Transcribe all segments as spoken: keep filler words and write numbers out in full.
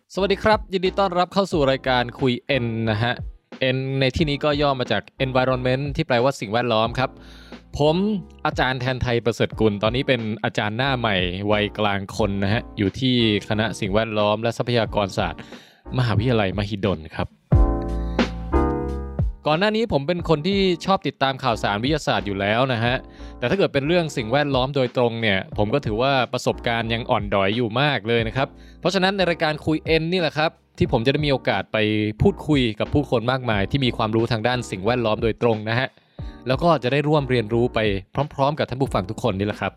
สวัสดีครับยินดีต้อนรับเข้าสู่รายการคุย N นะฮะ N ในที่นี้ก็ย่อมาจาก Environment ที่แปลว่าสิ่งแวดล้อมครับผมอาจารย์แทนไทยประเสริฐกุลตอนนี้เป็นอาจารย์หน้าใหม่วัยกลางคนนะฮะอยู่ที่คณะสิ่งแวดล้อมและทรัพยากรศาสตร์มหาวิทยาลัยมหิดลครับก่อนหน้านี้ผมเป็นคนที่ชอบติดตามข่าวสารวิทยาศาสตร์อยู่แล้วนะฮะแต่ถ้าเกิดเป็นเรื่องสิ่งแวดล้อมโดยตรงเนี่ยผมก็ถือว่าประสบการณ์ยังอ่อนดอยอยู่มากเลยนะครับเพราะฉะนั้นในรายการคุย N นี่แหละครับที่ผมจะได้มีโอกาสไปพูดคุยกับผู้คนมากมายที่มีความรู้ทางด้านสิ่งแวดล้อมโดยตรงนะฮะแล้วก็จะได้ร่วมเรียนรู้ไปพร้อมๆกับท่านผู้ฟังทุกคนนี่แหละครับ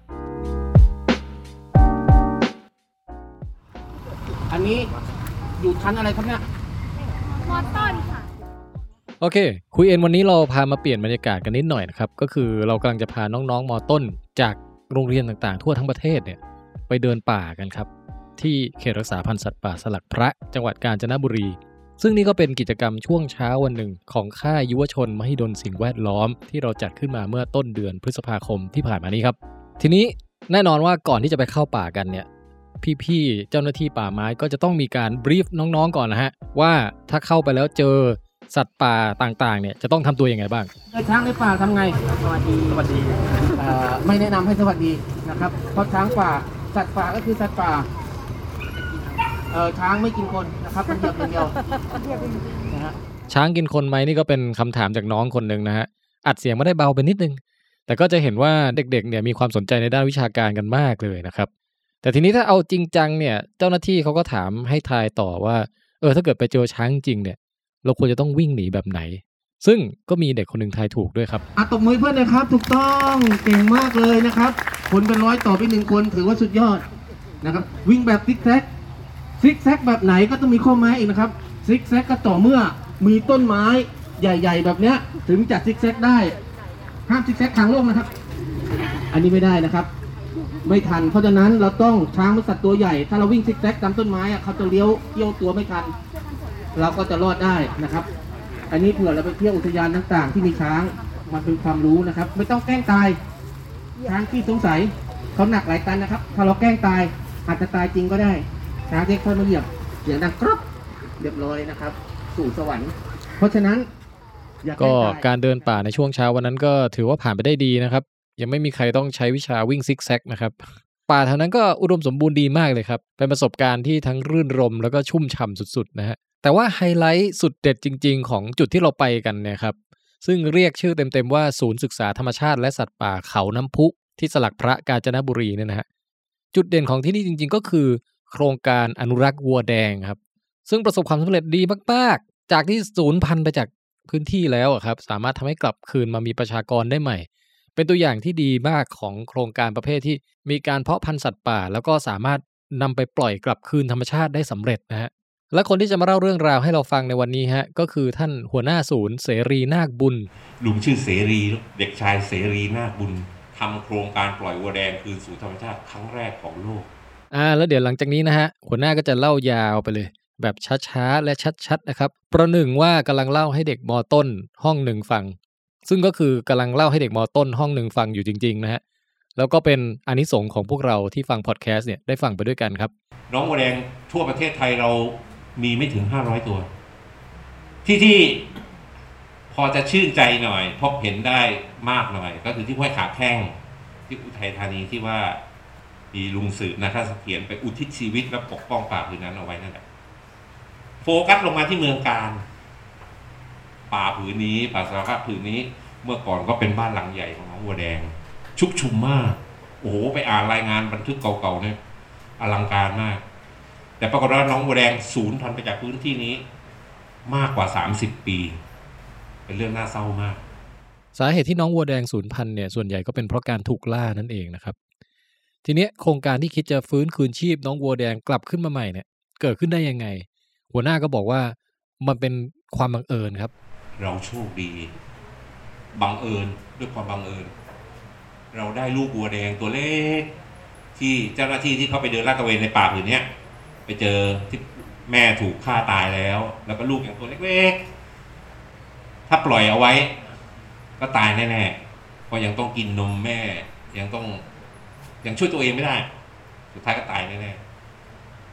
อันนี้อยู่ชั้นอะไรครับเนี่ยมอต้นค่ะโอเคคุยเอ็นวันนี้เราพามาเปลี่ยนบรรยากาศกันนิดหน่อยนะครับก็คือเรากำลังจะพาน้องๆม.ต้นจากโรงเรียนต่างๆทั่วทั้งประเทศเนี่ยไปเดินป่ากันครับที่เขตรักษาพันธุ์สัตว์ป่าสลักพระจังหวัดกาญจนบุรีซึ่งนี่ก็เป็นกิจกรรมช่วงเช้าวันหนึ่งของค่ายยุวชนมหิดลสิ่งแวดล้อมที่เราจัดขึ้นมาเมื่อต้นเดือนพฤษภาคมที่ผ่านมานี้ครับทีนี้แน่นอนว่าก่อนที่จะไปเข้าป่ากันเนี่ยพี่ๆเจ้าหน้าที่ป่าไม้ก็จะต้องมีการบรีฟน้องๆก่อนนะฮะว่าถ้าเข้าไปแล้วเจอสัตว์ป่าต่างๆเนี่ยจะต้องทำตัวยังไงบ้างเจอช้างในป่าทำไงสวัสดีสวัสดีไม่แนะนำให้สวัสดีนะครับเพราะช้างป่าสัตว์ป่าก็คือสัตว์ป่าเออช้างไม่กินคนนะครับมันเหยียบอย่างเดียวนะฮะช้างกินคนไหมนี่ก็เป็นคำถามจากน้องคนนึงนะฮะอัดเสียงไม่ได้เบาไปนิดนึงแต่ก็จะเห็นว่าเด็กๆเนี่ยมีความสนใจในด้านวิชาการกันมากเลยนะครับแต่ทีนี้ถ้าเอาจริงจังเนี่ยเจ้าหน้าที่เขาก็ถามให้ทายต่อว่าเออถ้าเกิดไปเจอช้างจริงเนี่ยเราควรจะต้องวิ่งหนีแบบไหนซึ่งก็มีเด็กคนหนึ่งทายถูกด้วยครับอ่ะตบมือเพื่อนเลยครับถูกต้องเก่งมากเลยนะครับคนเป็นร้อยต่อไปหนึ่งคนถือว่าสุดยอดนะครับวิ่งแบบซิกแซกซิกแซกแบบไหนก็ต้องมีข้อแม้อีกนะครับซิกแซกก็ต่อเมื่อมีต้นไม้ใหญ่ๆแบบเนี้ยถึงจะซิกแซกได้ห้ามซิกแซกทางโลกนะครับอันนี้ไม่ได้นะครับไม่ทันเพราะฉะนั้นเราต้องช้างเป็นสัตว์ตัวใหญ่ถ้าเราวิ่งซิกแซกตามต้นไม้อะเขาจะเลี้ยวเอี้ยวตัวไม่ทันเราก็จะรอดได้นะครับอันนี้เผื่อเราไปเที่ยวอุทยานต่างๆที่มีช้างมันเป็นความรู้นะครับไม่ต้องแกล้งตายช้างที่สงสัยเขาหนักหลายตันนะครับถ้าเราแกล้งตายอาจจะตายจริงก็ได้ช้างเด็กค่อยมาเหยียบเสียงดังกรอบเรียบร้อยนะครับสู่สวรรค์เพราะฉะนั้นก็การเดินป่าในช่วงเช้าวันนั้นก็ถือว่าผ่านไปได้ดีนะครับยังไม่มีใครต้องใช้วิชาวิ่งซิกแซกนะครับป่าแถวนั้นก็อุดมสมบูรณ์ดีมากเลยครับเป็นประสบการณ์ที่ทั้งรื่นรมแล้วก็ชุ่มฉ่ำสุดๆนะฮะแต่ว่าไฮไลท์สุดเด็ดจริงๆของจุดที่เราไปกันเนี่ยครับซึ่งเรียกชื่อเต็มๆว่าศูนย์ศึกษาธรรมชาติและสัตว์ป่าเขาน้ำพุที่สลักพระกาญจนบุรีเนี่ยนะฮะจุดเด่นของที่นี่จริงๆก็คือโครงการอนุรักษ์วัวแดงครับซึ่งประสบความสำเร็จดีมากๆจากที่สูญพันธุ์ไปจากพื้นที่แล้วครับสามารถทำให้กลับคืนมามีประชากรได้ใหม่เป็นตัวอย่างที่ดีมากของโครงการประเภทที่มีการเพาะพันธุ์สัตว์ป่าแล้วก็สามารถนำไปปล่อยกลับคืนธรรมชาติได้สำเร็จนะฮะและคนที่จะมาเล่าเรื่องราวให้เราฟังในวันนี้ฮะก็คือท่านหัวหน้าศูนย์เสรีนาคบุญลุงชื่อเสรีเด็กชายเสรีนาคบุญทำโครงการปล่อยวัวแดงคืนสู่ธรรมชาติครั้งแรกของโลกอ่าแล้วเดี๋ยวหลังจากนี้นะฮะหัวหน้าก็จะเล่ายาวไปเลยแบบช้าๆและชัดๆนะครับประหนึ่งว่ากำลังเล่าให้เด็กม.ต้นห้องหนึ่งฟังซึ่งก็คือกำลังเล่าให้เด็กม.ต้นห้องหนึ่งฟังอยู่จริงๆนะฮะแล้วก็เป็นอานิสงส์ของพวกเราที่ฟังพอดแคสต์เนี่ยได้ฟังไปด้วยกันครับน้องวัวแดงทั่วประเทศไทยเรามีไม่ถึงห้าร้อยตัวที่ที่พอจะชื่นใจหน่อยพบเห็นได้มากหน่อยก็คือที่ห้วยขาแข้งที่อุทัยธานีที่ว่ามีลุงสืบนะคะเสถียรไปอุทิศชีวิตและปกป้องป่าพื้นนั้นเอาไว้นั่นแหละโฟกัสลงมาที่เมืองการป่าผืนนี้ป่าสารพัดผืนนี้เมื่อก่อนก็เป็นบ้านหลังใหญ่ของน้องวัวแดงชุกชุมมากโอ้โหไปอ่านรายงานบันทึกเก่าๆเนี่ยอลังการมากแต่ปรากฏว่าน้องวัวแดงสูญพันธุ์ไปจากพื้นที่นี้มากกว่าสามสิบปีเป็นเรื่องน่าเศร้ามากสาเหตุที่น้องวัวแดงสูญพันธุ์เนี่ยส่วนใหญ่ก็เป็นเพราะการถูกล่านั่นเองนะครับทีนี้โครงการที่คิดจะฟื้นคืนชีพน้องวัวแดงกลับขึ้นมาใหม่เนี่ยเกิดขึ้นได้ยังไงหัวหน้าก็บอกว่ามันเป็นความบังเอิญครับเราโชคดีบังเอิญด้วยความบังเอิญเราได้ลูกวัวแดงตัวเล็กที่เจ้าหน้าที่ที่เขาไปเดินลาดตระเวนในป่าผืนนี้ไปเจอที่แม่ถูกฆ่าตายแล้วแล้วก็ลูกอย่างตัวเล็กๆถ้าปล่อยเอาไว้ก็ตายแน่ๆเพราะยังต้องกินนมแม่ยังต้องยังช่วยตัวเองไม่ได้สุดท้ายก็ตายแน่ๆ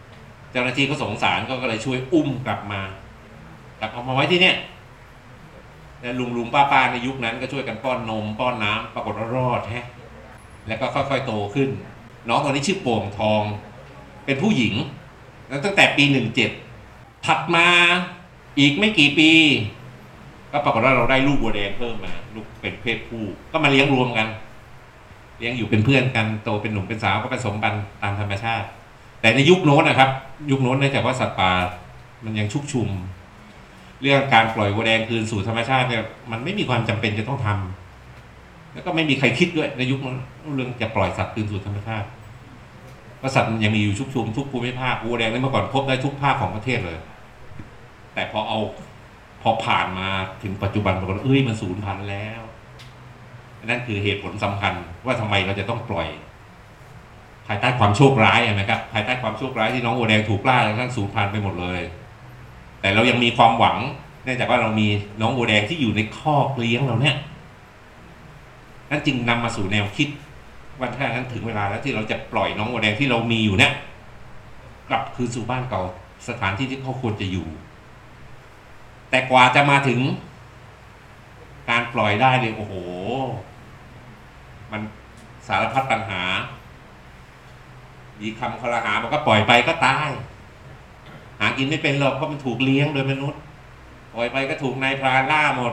เจ้าหน้าที่เขาสงสารก็เลยช่วยอุ้มกลับมากลับเอามาไว้ที่เนี่ยแล้วลุงลุงป้าป้าในยุคนั้นก็ช่วยกันป้อนนมป้อนน้ำปรากฏว่ารอดแฮะแล้วก็ค่อยๆโตขึ้นน้องคนนี้ชื่อโป่งทองเป็นผู้หญิงแล้วตั้งแต่ปีหนึ่งเจ็ดถัดมาอีกไม่กี่ปีก็ปรากฏว่าเราได้ลูกวัวแดงเพิ่มมาลูกเป็นเพศผู้ก็มาเลี้ยงรวมกันเลี้ยงอยู่เป็นเพื่อนกันโตเป็นหนุ่มเป็นสาวก็ผสมกันตามธรรมชาติแต่ในยุคโน้นนะครับยุคโน้นเนื่องจากว่าสัตว์ป่ามันยังชุกชุมเรื่องการปล่อยวัวแดงคืนสู่ธรรมชาติเนี่ยมันไม่มีความจำเป็นจะต้องทำแล้วก็ไม่มีใครคิดด้วยในยุคนั้นเรื่องจะปล่อยสัตว์คืนสู่ธรรมชาติเพราะสัตว์มันยังมีอยู่ชุกชุมทุกภูมิภาควัวแดงนี่เมื่อก่อนพบได้ทุกภาคของประเทศเลยแต่พอเอาพอผ่านมาถึงปัจจุบันปรากฏเอ้ยมันสูญพันธุ์แล้วนั่นคือเหตุผลสำคัญว่าทำไมเราจะต้องปล่อยภายใต้ความโชคร้ายนะครับภายใต้ความโชคร้ายที่น้องวัวแดงถูกล่าจนกระทั่งสูญพันธุ์ไปหมดเลยแต่เรายังมีความหวังเนื่องจากว่าเรามีน้องวัวแดงที่อยู่ในคอกเลี้ยงเราเนี่ยนั่นจึงนำมาสู่แนวคิดว่าถ้านั้นถึงเวลาแล้วที่เราจะปล่อยน้องวัวแดงที่เรามีอยู่เนี่ยกลับคืนสู่บ้านเก่าสถานที่ที่เขาควรจะอยู่แต่กว่าจะมาถึงการปล่อยได้เนี่ยโอ้โหมันสารพัดปัญหามีคำคลหาบอกว่าปล่อยไปก็ตายหากินไม่เป็นหรอกเพราะมันถูกเลี้ยงโดยมนุษย์ปล่อยไปก็ถูกนายพรานล่าหมด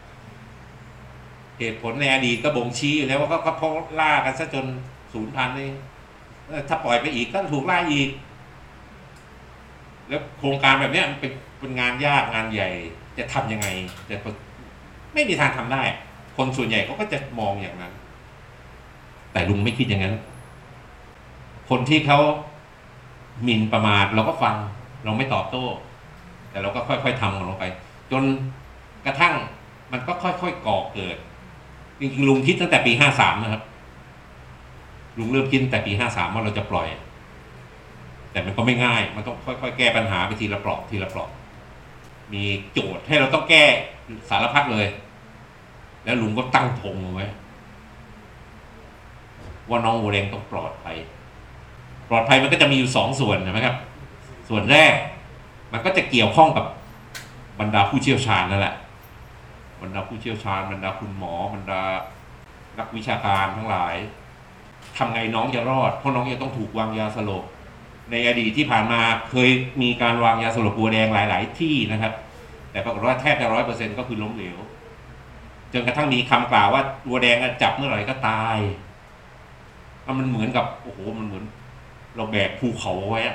เหตุผลในอดีตก็บ่งชี้อยู่แล้วว่าก็เพราะล่ากันซะจนสูญพันธุ์เองถ้าปล่อยไปอีกก็ถูกล่าอีกแล้วโครงการแบบนี้มันเป็นเป็นงานยากงานใหญ่จะทำยังไงจะไม่มีทางทำได้คนส่วนใหญ่เขาก็จะมองอย่างนั้นแต่ลุงไม่คิดอย่างนั้นคนที่เขาหมิ่นประมาทเราก็ฟังเราไม่ตอบโต้แต่เราก็ค่อยๆทำของเราไปจนกระทั่งมันก็ค่อยๆก่อเกิดจริงๆลุงคิดตั้งแต่ปีห้าสามนะครับลุงเริ่มคิดตั้งแต่ปีห้าสามว่าเราจะปล่อยแต่มันก็ไม่ง่ายมันต้องค่อยๆแก้ปัญหาไปทีละเปราะทีละเปราะมีโจทย์ให้เราต้องแก้สารพัดเลยแล้วลุงก็ตั้งธงไว้ว่าน้องวัวแดงต้องปลอดภัยปลอดภัยมันก็จะมีอยู่สองส่วนนะครับส่วนแรกมันก็จะเกี่ยวข้องกับบรรดาผู้เชี่ยวชาญนั่นแหละบรรดาผู้เชี่ยวชาญบรรดาคุณหมอบรรดานักวิชาการทั้งหลายทำไงน้องจะรอดเพราะน้องจะต้องถูกวางยาสลบในอดีตที่ผ่านมาเคยมีการวางยาสลบวัวแดงหลายๆที่นะครับแต่ปรากฏว่าแทบจะร้อยเปอร์เซ็นต์ก็คือล้มเหลวจนกระทั่งมีคำกล่าวว่าวัวแดงจับเมื่อไหร่ก็ตายมันเหมือนกับโอ้โหมันเหมือนเราแบกภูเขาไว้อะ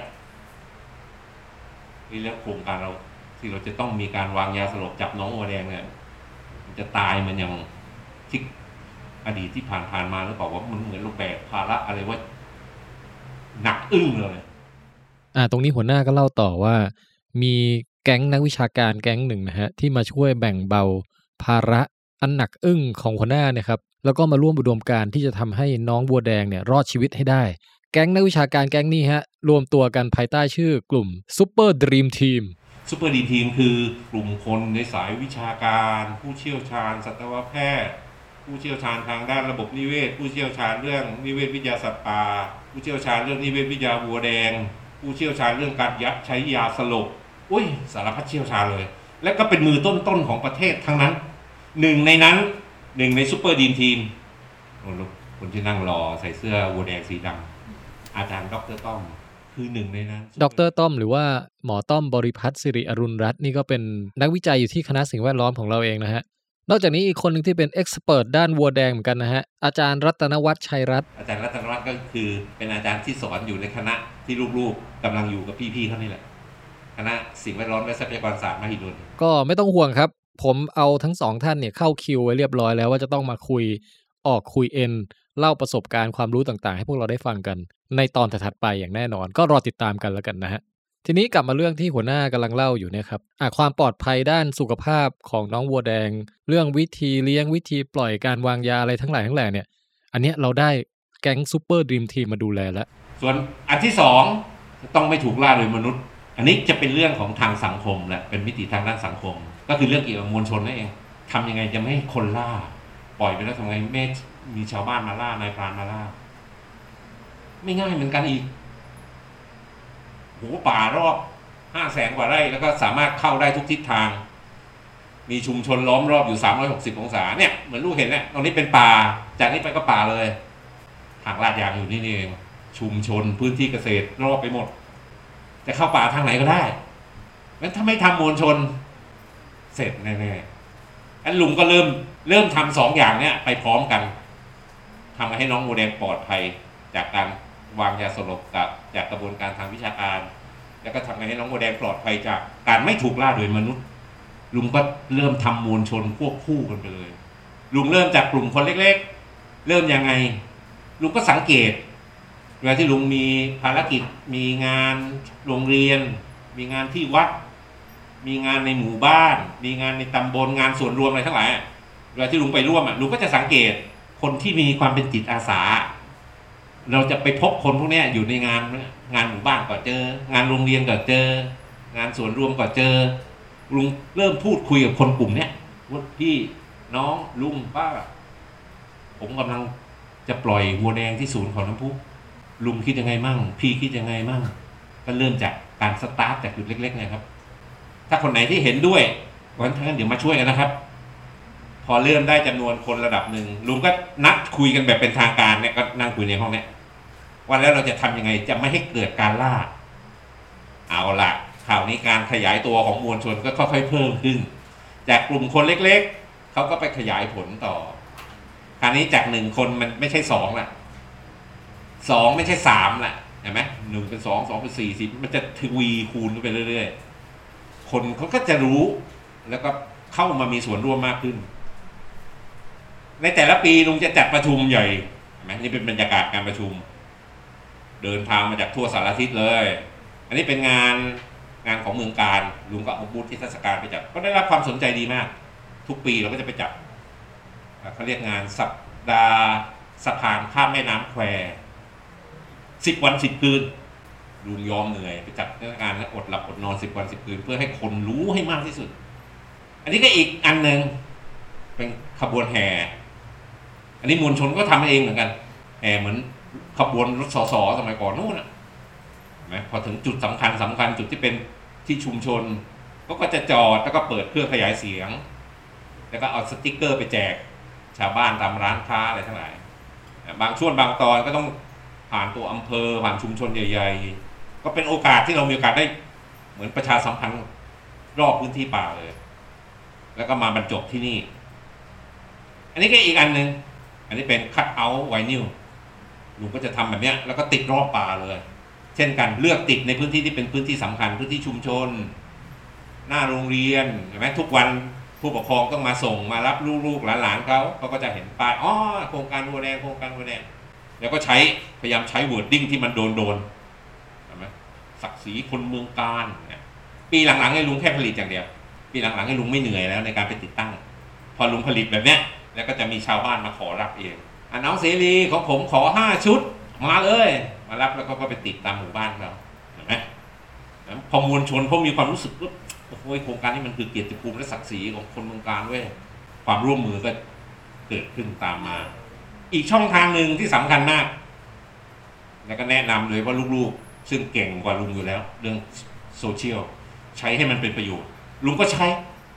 นี่แล้วโครงการเราที่เราจะต้องมีการวางยาสลบจับน้องวัวแดงเนี่ยมันจะตายมันอย่างที่อดีตที่ผ่านผ่านมาแล้วบอกว่ามันเหมือนเราแบกภาระอะไรว่าหนักอึ้งเลยอ่าตรงนี้หัวหน้าก็เล่าต่อว่ามีแก๊งนักวิชาการแก๊งหนึ่งนะฮะที่มาช่วยแบ่งเบาภาระอันหนักอึ้งของหัวหน้าเนี่ยครับแล้วก็มาร่วมอุดมการณ์ที่จะทำให้น้องวัวแดงเนี่ยรอดชีวิตให้ได้แก๊งนักวิชาการแก๊งนี้ฮะรวมตัวกันภายใต้ชื่อกลุ่ม Super Dream Team Super Dream Team คือกลุ่มคนในสายวิชาการผู้เชี่ยวชาญสัตวแพทย์ผู้เชี่ยวชาญทางด้านระบบนิเวศผู้เชี่ยวชาญเรื่องนิเวศวิทยาสัตว์ป่าผู้เชี่ยวชาญเรื่องนิเวศวิทยาวัวแดงผู้เชี่ยวชาญเรื่องการยัดใช้ยาสลบอุ้ยสารพัดเชี่ยวชาญเลยและก็เป็นมือต้นๆของประเทศทั้งนั้นหนึ่งในนั้นหนึ่งในซูเปอร์ดีมทีมคนที่นั่งรอใส่เสื้อวัวแดงสีดำอาจารย์ดร.ต้อมคือหนึ่งในนั้นดร.ต้อมหรือว่าหมอต้อมบริพัตรสิริอรุณรัตน์นี่ก็เป็นนักวิจัยอยู่ที่คณะสิ่งแวดล้อมของเราเองนะฮะนอกจากนี้อีกคนหนึ่งที่เป็นเอ็กซ์เพิร์ทด้านวัวแดงเหมือนกันนะฮะอาจารย์รัตนวัฒน์ชัยรัตน์อาจารย์รัตนวัฒน์ก็คือเป็นอาจารย์ที่สอนอยู่ในคณะที่ลูกๆกำลังอยู่กับพี่ๆเขานี่แหละคณะสิ่งแวดล้อมและทรัพยากรศาสตร์มหิดลก็ไม่ต้องห่วงครับผมเอาทั้งสองท่านเนี่ยเข้าคิวไว้เรียบร้อยแล้วว่าจะต้องมาคุยออกคุยเอ็นเล่าประสบการณ์ความรู้ต่างๆให้พวกเราได้ฟังกันในตอนถัดไปอย่างแน่นอนก็รอติดตามกันแล้วกันนะฮะทีนี้กลับมาเรื่องที่หัวหน้ากำลังเล่าอยู่เนี่ยครับอ่ะความปลอดภัยด้านสุขภาพของน้องวัวแดงเรื่องวิธีเลี้ยงวิธีปล่อยการวางยาอะไรทั้งหลายทั้งแหล่เนี่ยอันเนี้ยเราได้แก๊งซูเปอร์ดรีมทีมมาดูแลแล้วส่วนอันที่สองต้องไม่ถูกล่าโดยมนุษย์อันนี้จะเป็นเรื่องของทางสังคมแหละเป็นมิติทางด้านสังคมก็คือเรื่องเกี่ยวกับมวลชนนั่นเองทำยังไงจะไม่ให้คนล่าปล่อยไปแล้วทำไงไม่มีชาวบ้านมาล่านายพรานมาล่าไม่ง่ายเหมือนกันอีกโหป่ารอบห้าแสนกว่าไร่แล้วก็สามารถเข้าได้ทุกทิศทางมีชุมชนล้อมรอบอยู่สามร้อยหกสิบองศาเนี่ยเหมือนลูกเห็นเนี่ยตรงนี้เป็นป่าจากนี้ไปก็ป่าเลยทางลาดยางอยู่นี่เองชุมชนพื้นที่เกษตรรอบไปหมดจะเข้าป่าทางไหนก็ได้งั้นถ้าไม่ทำมวลชนเสร็จแน่ๆอันลุงก็เริ่มเริ่มทำสองอย่างเนี่ยไปพร้อมกันทำให้น้องโมแดงปลอดภัยจากการวางยาสลบกับจากกระบวนการทางวิชาการแล้วก็ทำให้น้องโมแดงปลอดภัยจากการไม่ถูกล่าโดยมนุษย์ลุงก็เริ่มทำมวลชนควบคู่กันไปเลยลุงเริ่มจากกลุ่มคนเล็กๆเริ่มยังไงลุงก็สังเกตเวลาที่ลุงมีภารกิจมีงานโรงเรียนมีงานที่วัดมีงานในหมู่บ้านมีงานในตำบลงานส่วนรวมอะไรทั้งหลายเวลาที่ลุงไปร่วมอ่ะลุงก็จะสังเกตคนที่มีความเป็นจิตอาสาเราจะไปพบคนพวกนี้อยู่ในงานงานหมู่บ้านก็เจองานโรงเรียนก็เจองานส่วนรวมก็เจอลุงเริ่มพูดคุยกับคนกลุ่มเนี้ยว่าพี่น้องลุงป้าผมกำลังจะปล่อยวัวแดงที่ศูนย์ของน้ำพุลุงคิดยังไงมั่งพี่คิดยังไงมั่งก็เริ่มจากการสตาร์ทจากจุดเล็กๆเนี่ยครับถ้าคนไหนที่เห็นด้วยวันทั้งเดี๋ยวมาช่วยกันนะครับพอเริ่มได้จำนวนคนระดับหนึ่งลุงก็นัดคุยกันแบบเป็นทางการเนี่ยก็นั่งคุยในห้องเนี่ยวันแล้วเราจะทำยังไงจะไม่ให้เกิดการล่าเอาละคราวนี้การขยายตัวของมวลชนก็ค่อยๆเพิ่มขึ้นจากกลุ่มคนเล็กๆเขาก็ไปขยายผลต่อคราวนี้จากหนึ่งคนมันไม่ใช่สองละสองไม่ใช่สามละเห็นไหมหนึ่งเป็นสองสองเป็นสี่สิบมันจะทวีคูณไปเรื่อยๆคนเขาก็จะรู้แล้วก็เข้ามามีส่วนร่วมมากขึ้นในแต่ละปีลุงจะจัดประชุมใหญ่เห็นไหมนี่เป็นบรรยากาศการประชุมเดินทางมาจากทั่วสารทิศเลยอันนี้เป็นงานงานของเมืองการลุงก็เอาบูธที่เทศกาลไปจัดก็ได้รับความสนใจดีมากทุกปีเราก็จะไปจัดเขาเรียกงานสัปดาห์สะพานข้ามแม่น้ำแควสิบวันสิบคืนลุงยอมเหนื่อยไปจัดเทศกาลและอดหลับอดนอนสิบวันสิบคืนเพื่อให้คนรู้ให้มากที่สุดอันนี้ก็อีกอันหนึ่งเป็นขบวนแห่อันนี้มวลชนก็ทำเองเหมือนกันแห่เหมือนขบวนรถสสสมัยก่อนนู้นนะไหมพอถึงจุดสำคัญสำคัญจุดที่เป็นที่ชุมชนก็ก็จะจอดแล้วก็เปิดเครื่องขยายเสียงแล้วก็เอาสติ๊กเกอร์ไปแจกชาวบ้านตามร้านค้าอะไรทั้งหลายบางช่วงบางตอนก็ต้องผ่านตัวอำเภอผ่านชุมชนใหญ่ๆก็เป็นโอกาสที่เรามีโอกาสได้เหมือนประชาสัมพันธ์รอบพื้นที่ป่าเลยแล้วก็มาบรรจบที่นี่อันนี้ก็อีกอันหนึ่งอันนี้เป็นคัทเอาท์ไวนิลลุงก็จะทำแบบนี้แล้วก็ติดรอบป่าเลยเช่นกันเลือกติดในพื้นที่ที่เป็นพื้นที่สำคัญพื้นที่ชุมชนหน้าโรงเรียนเห็นไหมทุกวันผู้ปกครองต้องมาส่งมารับลูกๆหลานๆเขาเขาก็จะเห็นป้ายอ๋อโครงการวัวแดงโครงการวัวแดงแล้วก็ใช้พยายามใช้วอร์ดดิ้งที่มันโดนโดนเห็นไหมศักดิ์ศรีคนเมืองการปีหลังๆให้ลุงแค่ผลิตอย่างเดียวปีหลังๆให้ลุงไม่เหนื่อยแล้วในการไปติดตั้งพอลุงผลิตแบบเนี้ยแล้วก็จะมีชาวบ้านมาขอรับเองอ่ะน้องเสรีของผมขอห้าชุดมาเลยมารับแล้วก็ไปติดตามหมู่บ้านเราเห็นไหมพอมวลชนเขามีความรู้สึกว่าโอ้โหโครงการนี้มันคือเกียรติภูมิและศักดิ์ศรีของคนเมืองการเว้ยความร่วมมือก็เกิดขึ้นตามมาอีกช่องทางหนึ่งที่สำคัญมากแล้วก็แนะนำเลยว่าลูกๆซึ่งเก่งกว่าลุงอยู่แล้วเรื่องโซเชียลใช้ให้มันเป็นประโยชน์ลุงก็ใช้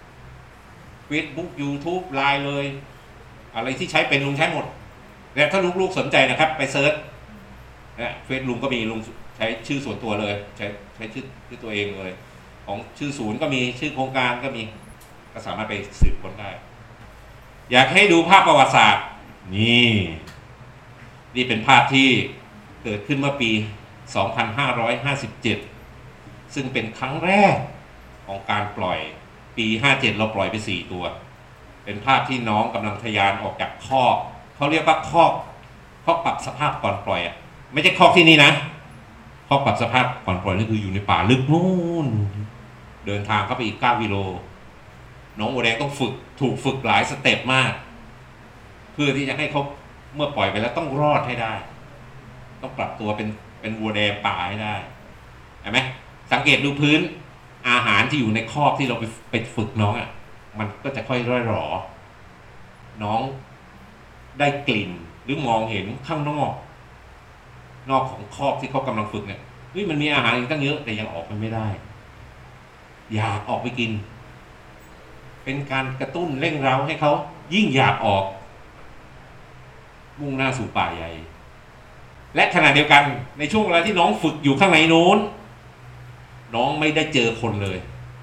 Facebook YouTube ไลน์เลยอะไรที่ใช้เป็นลุงใช้หมดแล้วถ้าลูกๆสนใจนะครับไปเซิร์ชนะเฟซลุงก็มีลุงใช้ชื่อส่วนตัวเลยใช้ใช้ชื่อชื่อตัวเองเลยของชื่อศูนย์ก็มีชื่อโครงการก็มีก็สามารถไปสืบค้นได้อยากให้ดูภาพประวัติศาสตร์นี่นี่เป็นภาพที่เกิดขึ้นเมื่อปีสองพันห้าร้อยห้าสิบเจ็ดซึ่งเป็นครั้งแรกของการปล่อยปีห้าเจ็ดเราปล่อยไปสี่ตัวเป็นภาพที่น้องกำลังทะยานออกจากคอกเขาเรียกว่าคอกคอกปรับสภาพก่อนปล่อยอ่ะไม่ใช่คอกที่นี่นะคอกปรับสภาพก่อนปล่อยนี่คืออยู่ในป่าลึกนู่นเดินทางเข้าไปอีกเก้ากิโลน้องวัวแดงต้องฝึกถูกฝึกหลายสเต็ปมากเพื่อที่จะให้เขาเมื่อปล่อยไปแล้วต้องรอดให้ได้ต้องปรับตัวเป็นเป็นวัวแดงป่าให้ได้เห็นไหมสังเกตดูพื้นอาหารที่อยู่ในคอกที่เราไปไปฝึกน้องอ่ะมันก็จะค่อยร่อยหรอน้องได้กลิ่นหรือมองเห็นข้างนอกนอกของคอกที่เขากำลังฝึกเนี่ยเฮ้ยมันมีอาหารอีกตั้งเยอะแต่ยังออกไปไม่ได้อยากออกไปกินเป็นการกระตุ้นเร่งเร้าให้เขายิ่งอยากออกมุ่งหน้าสู่ป่าใหญ่และขณะเดียวกันในช่วงเวลาที่น้องฝึกอยู่ข้างในโน้นน้องไม่ได้เจอคนเลย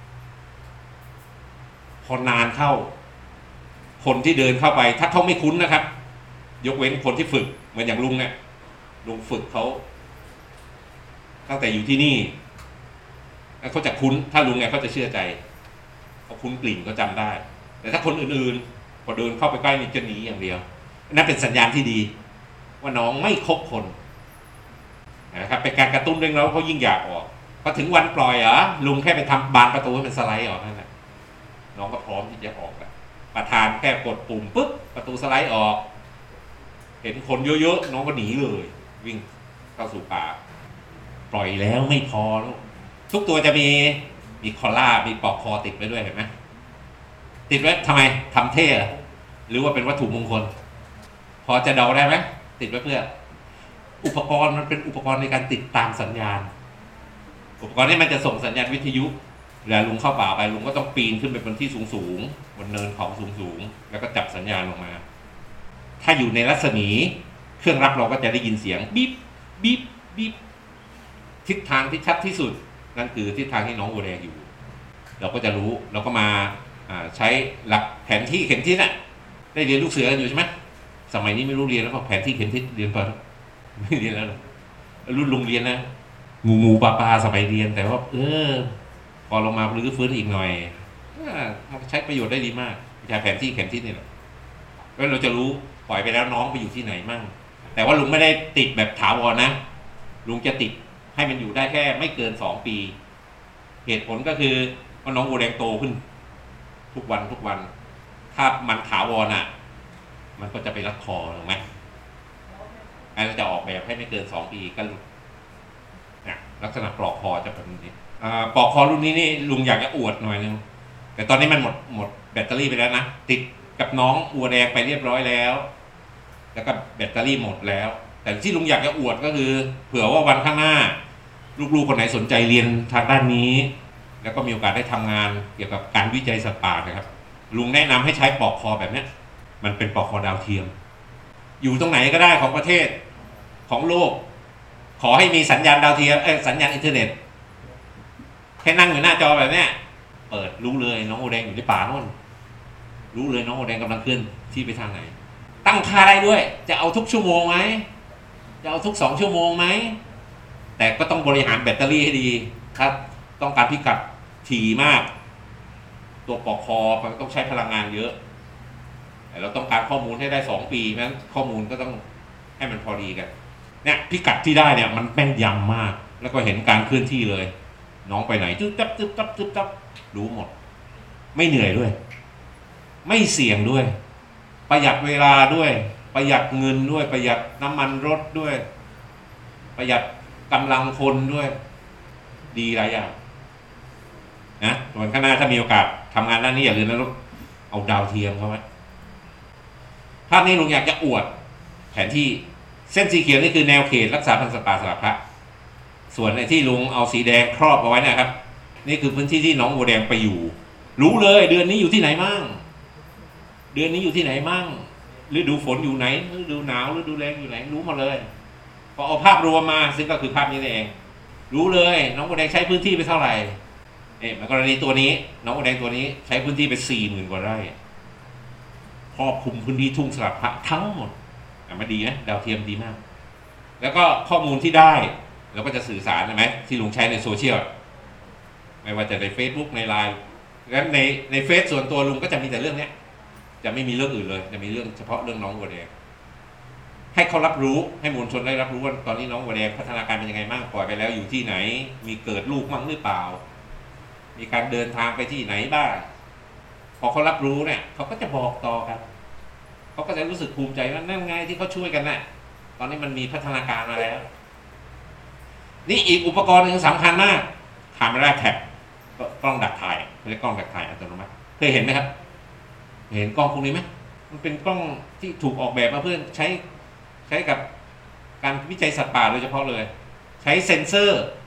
พอนานเข้าคนที่เดินเข้าไปถ้าเขาไม่คุ้นนะครับยกเว้นคนที่ฝึกเหมือนอย่างลุงเนี่ยลุงฝึกเขาตั้งแต่อยู่ที่นี่เขาจะคุ้นถ้าลุงเนี่ยเขาจะเชื่อใจเขาคุ้นกลิ่นเขาจำได้แต่ถ้าคนอื่นๆพอเดินเข้าไปใกล้นี่จะหนีอย่างเดียวนั่นเป็นสัญญาณที่ดีว่าน้องไม่คบคนนะครับเป็นการกระตุ้นเร่งเร้าเขายิ่งอยากออกพอถึงวันปล่อยเหรอลุงแค่ไปทำบานประตูให้มันสไลด์ออกนั่นแหละน้องก็พร้อมที่จะออกแล้วประธานแค่กดปุ่มปุ๊บประตูสไลด์ออกเห็นคนเยอะๆน้องก็หนีเลยวิ่งเข้าสู่ป่าปล่อยแล้วไม่พอลูกทุกตัวจะมีมีคอล่ามีปลอกคอติดไว้ด้วยเห็นไหมติดไว้ทำไมทำเท่หรือว่าเป็นวัตถุมงคลพอจะเดาได้ไหมติดไว้เพื่ออุปกรณ์มันเป็นอุปกรณ์ในการติดตามสัญญาณอุปกรณ์นี้มันจะส่งสัญญาณวิทยุเวลาลุงเข้าป่าไปลุงก็ต้องปีนขึ้นไปบนที่สูงๆบนเนินเขาสูงๆแล้วก็จับสัญญาณลงมาถ้าอยู่ในรัศมีเครื่องรับเราก็จะได้ยินเสียงบิ๊บบิ๊บบิ๊บทิศทางที่ชัดที่สุดนั่นคือทิศทางที่น้องวัวแดงอยู่เราก็จะรู้เราก็มาใช้หลักแผนที่เข็มทิศน่ะได้เรียนลูกเสือกันอยู่ใช่ไหมสมัยนี้ไม่รู้เรียนแล้วก็แผนที่เข็มทิศเรียนไปไม่เรียนแล้วรุ่นลุงเรียนนะงูงูปลาปลาสมัยเรียนแต่ว่าเออพอลงมาลื้อฟื้นอีกหน่อยใช้ประโยชน์ได้ดีมากวิชาแผนที่เข็มทิศนี่แหละแล้วเราจะรู้ปล่อยไปแล้วน้องไปอยู่ที่ไหนมั่งแต่ว่าลุงไม่ได้ติดแบบถาวรนะลุงจะติดให้มันอยู่ได้แค่ไม่เกินสองปีเหตุผลก็คือว่าน้องวัวแดงโตขึ้นทุกวันทุกวันถ้ามันถาวรอ่ะมันก็จะไปรัดคอถูกไหมอันนั้นจะออกแบบให้ไม่เกินสองปีก็หลุดนะลักษณะปลอกคอจะเป็นแบบนี้ปลอกคอรุ่นนี้นี่ลุงอยากจะอวดหน่อยนึงแต่ตอนนี้มันหมดหมดแบตเตอรี่ไปแล้วนะติดกับน้องวัวแดงไปเรียบร้อยแล้วแล้วก็แบตเตอรี่หมดแล้วแต่ที่ลุงอยากจะอวดก็คือเผื่อว่าวันข้างหน้าลูกๆคนไหนสนใจเรียนทางด้านนี้แล้วก็มีโอกาสได้ทำงานเกี่ยวกับการวิจัยสัตว์ป่านะครับลุงแนะนำให้ใช้ปลอกคอแบบนี้มันเป็นปลอกคอดาวเทียมอยู่ตรงไหนก็ได้ของประเทศของโลกขอให้มีสัญญาณดาวเทียมเอ้ยสัญญาณอินเทอร์เน็ตแค่นั่งอยู่หน้าจอแบบนี้เปิดรู้เลยน้องวัวแดงอยู่ในป่าโน่นรู้เลยน้องวัวแดงกำลังเคลื่อนที่ไปทางไหนตั้งค่าได้ด้วยจะเอาทุกชั่วโมงไหมจะเอาทุกสองชั่วโมงไหมแต่ก็ต้องบริหารแบตเตอรี่ให้ดีถ้าต้องการพิกัดถี่มากตัวปลอกคอมันต้องใช้พลังงานเยอะแต่เราต้องการข้อมูลให้ได้สองปีนั้นข้อมูลก็ต้องให้มันพอดีกันเนี่ยพิกัดที่ได้เนี่ยมันแม่นยำมากแล้วก็เห็นการเคลื่อนที่เลยน้องไปไหนจึ๊บจับจึ๊บจับจึ๊บจับรู้หมดไม่เหนื่อยด้วยไม่เสี่ยงด้วยประหยัดเวลาด้วยประหยัดเงินด้วยประหยัดน้ำมันรถด้วยประหยัดกำลังคนด้วยดีหลายอย่างนะวันข้างหน้าถ้ามีโอกาสทำงานด้านนี้อย่าลืมนะลูกเอาดาวเทียมเข้าไว้ภาพนี้ลุงอยากจะอวดแผนที่เส้นสีเขียวนี่คือแนวเขตรักษาพันธุ์สัตว์ป่าสลับพระส่วนในที่ลุงเอาสีแดงครอบเอาไว้นะครับนี่คือพื้นที่ที่น้องวัวแดงไปอยู่รู้เลยเดือนนี้อยู่ที่ไหนมั่งเดือนนี้อยู่ที่ไหนมั่งฤดูฝนอยู่ไหนฤดูหนาวฤดูแล้งอยู่ไหนรู้หมดเลยพอเอาภาพรวมมาซึ่งก็คือภาพนี้เองรู้เลยน้องวัวแดงใช้พื้นที่ไปเท่าไหร่เอ๊ะกรณีตัวนี้น้องวัวแดงตัวนี้ใช้พื้นที่ไปสี่หมื่นกว่าไร่ครอบคลุมพื้นที่ทุ่งสลับพระทั้งหมดมันดีไหมดาวเทียมดีมากแล้วก็ข้อมูลที่ได้เราก็จะสื่อสารใช่ไหมที่ลุงใช้ในโซเชียลไม่ว่าจะใน Facebook ใน ไลน์ งั้นในในเฟซส่วนตัวลุงก็จะมีแต่เรื่องนี้จะไม่มีเรื่องอื่นเลยจะมีเรื่องเฉพาะเรื่องน้องวัวแดงให้เขารับรู้ให้มวลชนได้รับรู้ว่าตอนนี้น้องวัวแดงพัฒนาการเป็นยังไงบ้างปล่อยไปแล้วอยู่ที่ไหนมีเกิดลูกมั่งหรือเปล่ามีการเดินทางไปที่ไหนบ้างพอเขารับรู้เนี่ยเขาก็จะบอกต่อกันเขาก็จะรู้สึกภูมิใจว่านั่นไงที่เขาช่วยกันน่ะตอนนี้มันมีพัฒนาการมาแล้วนี่อีกอุปกรณ์หนึ่งสำคัญมากคาเมราแท็บกล้องดักถ่ายเรียกกล้องดักถ่ายอัตโนมัติเคยเห็นไหมครับเห็นกล้องพวกนี้ไหมมันเป็นกล้องที่ถูกออกแบบมาเพื่อใช้ใช้กับการวิจัยสัตว์ป่าโดยเฉพาะเลยใช้เซ็นเซอร์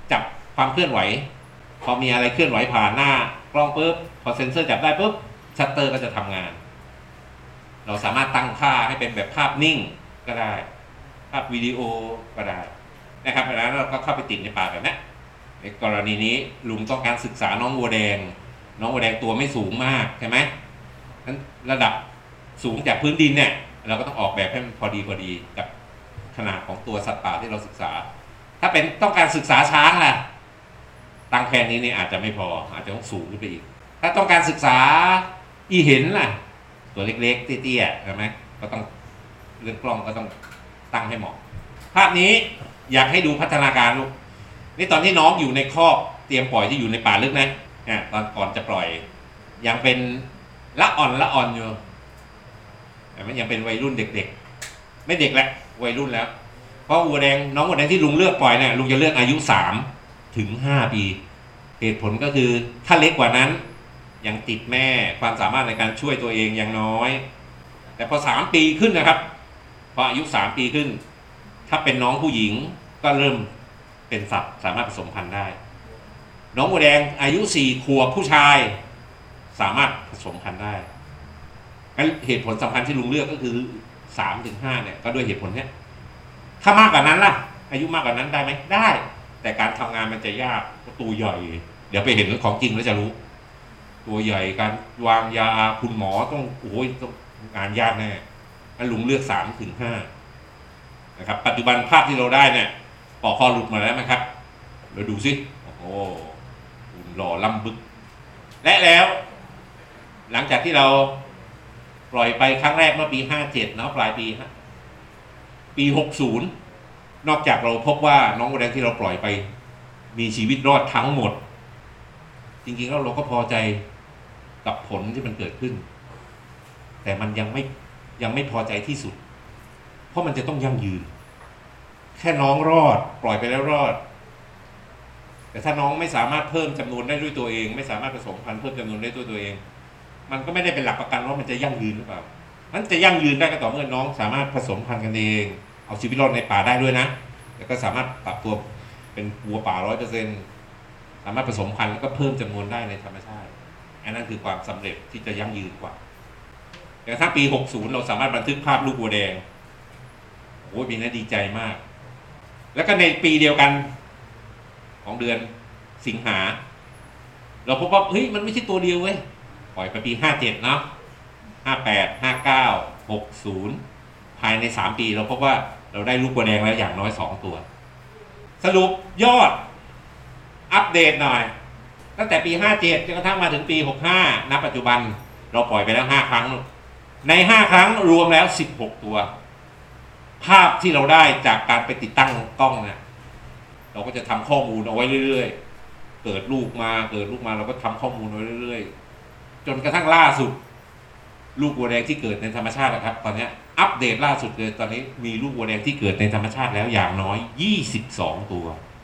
จับความเคลื่อนไหวพอมีอะไรเคลื่อนไหวผ่านหน้ากล้องปุ๊บพอเซ็นเซอร์จับได้ปุ๊บชัตเตอร์ก็จะทำงานเราสามารถตั้งค่าให้เป็นแบบภาพนิ่งก็ได้ภาพวิดีโอก็ได้นะครับแล้วเราก็เข้าไปติดในป่าแบบนี้ในกรณีนี้ลุงต้องการศึกษาน้องวัวแดงน้องวัวแดงตัวไม่สูงมากใช่ไหมนั้นระดับสูงจากพื้นดินเนี่ยเราก็ต้องออกแบบให้มันพอดีพอดีกับขนาดของตัวสัตว์ป่าที่เราศึกษาถ้าเป็นต้องการศึกษาช้างล่ะตั้งแค่นี้เนี่ยอาจจะไม่พออาจจะต้องสูงขึ้นไปอีกถ้าต้องการศึกษาอีเห็นล่ะตัวเล็กๆเตี้ยๆใช่ไหมก็ต้องเรื่องกล้องก็ต้องตั้งให้เหมาะภาพนี้อยากให้ดูพัฒนาการลูกนี่ตอนที่น้องอยู่ในคอกเตรียมปล่อยที่อยู่ในป่าลึกนะอ่ะตอนก่อนจะปล่อยยังเป็นละอ่อนละอ่อนอยู่มันยังเป็นวัยรุ่นเด็กๆไม่เด็กแล้ววัยรุ่นแล้วเพราะวัวแดงน้องวัวแดงที่ลุงเลือกปล่อยเนี่ยลุงจะเลือกอายุสามถึงห้าปีเหตุผลก็คือถ้าเล็กกว่านั้นยังติดแม่ความสามารถในการช่วยตัวเองยังน้อยแต่พอสามปีขึ้นนะครับพออายุสามปีขึ้นถ้าเป็นน้องผู้หญิงก็เริ่มเป็นสัตว์สามารถผสมพันธุ์ได้น้องวัวแดงอายุสี่ขวบผู้ชายสามารถผสมพันธุ์ได้เหตุผลสำคัญที่ลุงเลือกก็คือสามถึงห้าเนี่ยก็ด้วยเหตุผลเนี้ยถ้ามากกว่านั้นล่ะอายุมากกว่านั้นได้ไหมได้แต่การทำงานมันจะยากตัวใหญ่เดี๋ยวไปเห็นของจริงแล้วจะรู้ตัวใหญ่การวางยาคุณหมอต้องโอ้ยต้องงานยากแน่งั้นลุงเลือกสามถึงห้านะครับปัจจุบันภาพที่เราได้เนี่ยปอกคอหลุดมาแล้วไหมครับเราดูสิโอ้โหหล่อล่ำบึกและแล้วหลังจากที่เราปล่อยไปครั้งแรกเมื่อปีห้าเจ็ดเนาะปลายปีฮะปีหกสิบนอกจากเราพบว่าน้องวัวแดงที่เราปล่อยไปมีชีวิตรอดทั้งหมดจริงๆแล้วเราก็พอใจกับผลที่มันเกิดขึ้นแต่มันยังไม่ยังไม่พอใจที่สุดเพราะมันจะต้องยั่งยืนแค่น้องรอดปล่อยไปแล้วรอดแต่ถ้าน้องไม่สามารถเพิ่มจำนวนได้ด้วยตัวเองไม่สามารถผสมพันธุ์เพิ่มจำนวนได้ด้วยตัวเองมันก็ไม่ได้เป็นหลักประกันว่ามันจะยั่งยืนหรือเปล่านั้นจะยั่งยืนได้ก็ต่อเมื่อน้องสามารถผสมพันธุ์กันเองเอาชีวิตรอดในป่าได้ด้วยนะแล้วก็สามารถปรับตัวเป็นวัวป่าร้อยเปอร์เซ็นต์สามารถผสมพันธุ์แล้วก็เพิ่มจำนวนได้ในธรรมชาติอันนั้นคือความสำเร็จที่จะยั่งยืนกว่าอย่างถ้าปีหกสิบเราสามารถบันทึกภาพลูกวัวแดงโอ้ยปีนั้นดีใจมากแล้วก็ในปีเดียวกันของเดือนสิงหาเราพบว่าเฮ้ยมันไม่ใช่ตัวเดียวเว้ยปล่อยไปปีห้าเจ็ดเนาะห้าแปด ห้าเก้า หกสิบภายในสามปีเราพบว่าเราได้ลูกวัวแดงแล้วอย่างน้อยสองตัวสรุปยอดอัปเดตหน่อยตั้งแต่ปีห้าเจ็ดจนกระทั่งมาถึงปีหกสิบห้าณปัจจุบันเราปล่อยไปแล้วห้าครั้งในห้าครั้งรวมแล้วสิบหกตัวภาพที่เราได้จากการไปติดตั้งกล้องเนี่ยเราก็จะทำข้อมูลเอาไว้เรื่อยๆเกิดลูกมาเกิดลูกมาเราก็ทำข้อมูลไว้เรื่อยๆจนกระทั่งล่าสุดลูกวัวแดงที่เกิดในธรรมชาตินะครับตอนนี้อัปเดตล่าสุดเลยตอนนี้มีลูกวัวแดงที่เกิดในธรรมชาติแล้วอย่างน้อยยี่สิบสองตัว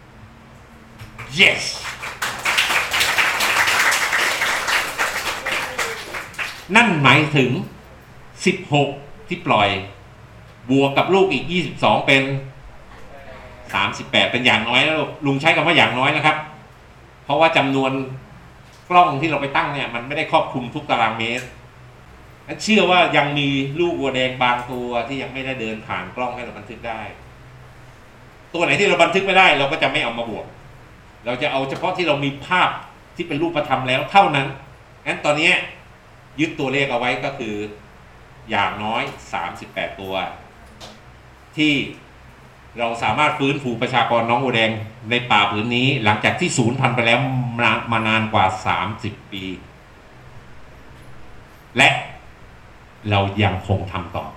yes นั่นหมายถึงสิบหกที่ปล่อยบวกกับลูกอีกยี่สิบสองเป็นสามสิบแปดเป็นอย่างน้อยแล้วลุงใช้คำว่าอย่างน้อยนะครับเพราะว่าจำนวนกล้องที่เราไปตั้งเนี่ยมันไม่ได้ครอบคลุมทุกตารางเมตรเชื่อว่ายังมีลูกวัวแดงบางตัวที่ยังไม่ได้เดินผ่านกล้องให้เราบันทึกได้ตัวไหนที่เราบันทึกไม่ได้เราก็จะไม่เอามาบวกเราจะเอาเฉพาะที่เรามีภาพที่เป็นรูปธรรมแล้วเท่านั้นงั้นตอนนี้ยึดตัวเลขเอาไว้ก็คืออย่างน้อยสามสิบแปดตัวที่เราสามารถฟื้นฟูประชากรน้องวัวแดงในป่าผืนนี้หลังจากที่สูญพันธุ์ไปแล้วมานานกว่าสามสิบปีและเรายังคงทำต่อ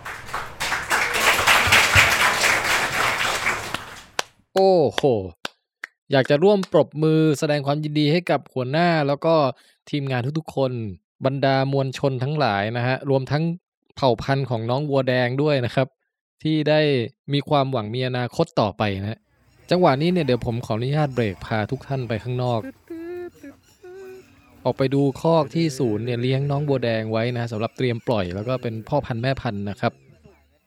โอ้โหอยากจะร่วมปรบมือแสดงความยินดีให้กับหัวหน้าแล้วก็ทีมงานทุกๆคนบรรดามวลชนทั้งหลายนะฮะรวมทั้งเผ่าพันธุ์ของน้องวัวแดงด้วยนะครับที่ได้มีความหวังมีอนาคตต่อไปนะจังหวะนี้เนี่ยเดี๋ยวผมขออนุญาตเบรกพาทุกท่านไปข้างนอกออกไปดูคอกที่ศูนย์เนี่ยเลี้ยงน้องวัวแดงไว้นะสำหรับเตรียมปล่อยแล้วก็เป็นพ่อพันธุ์แม่พันธุ์นะครับ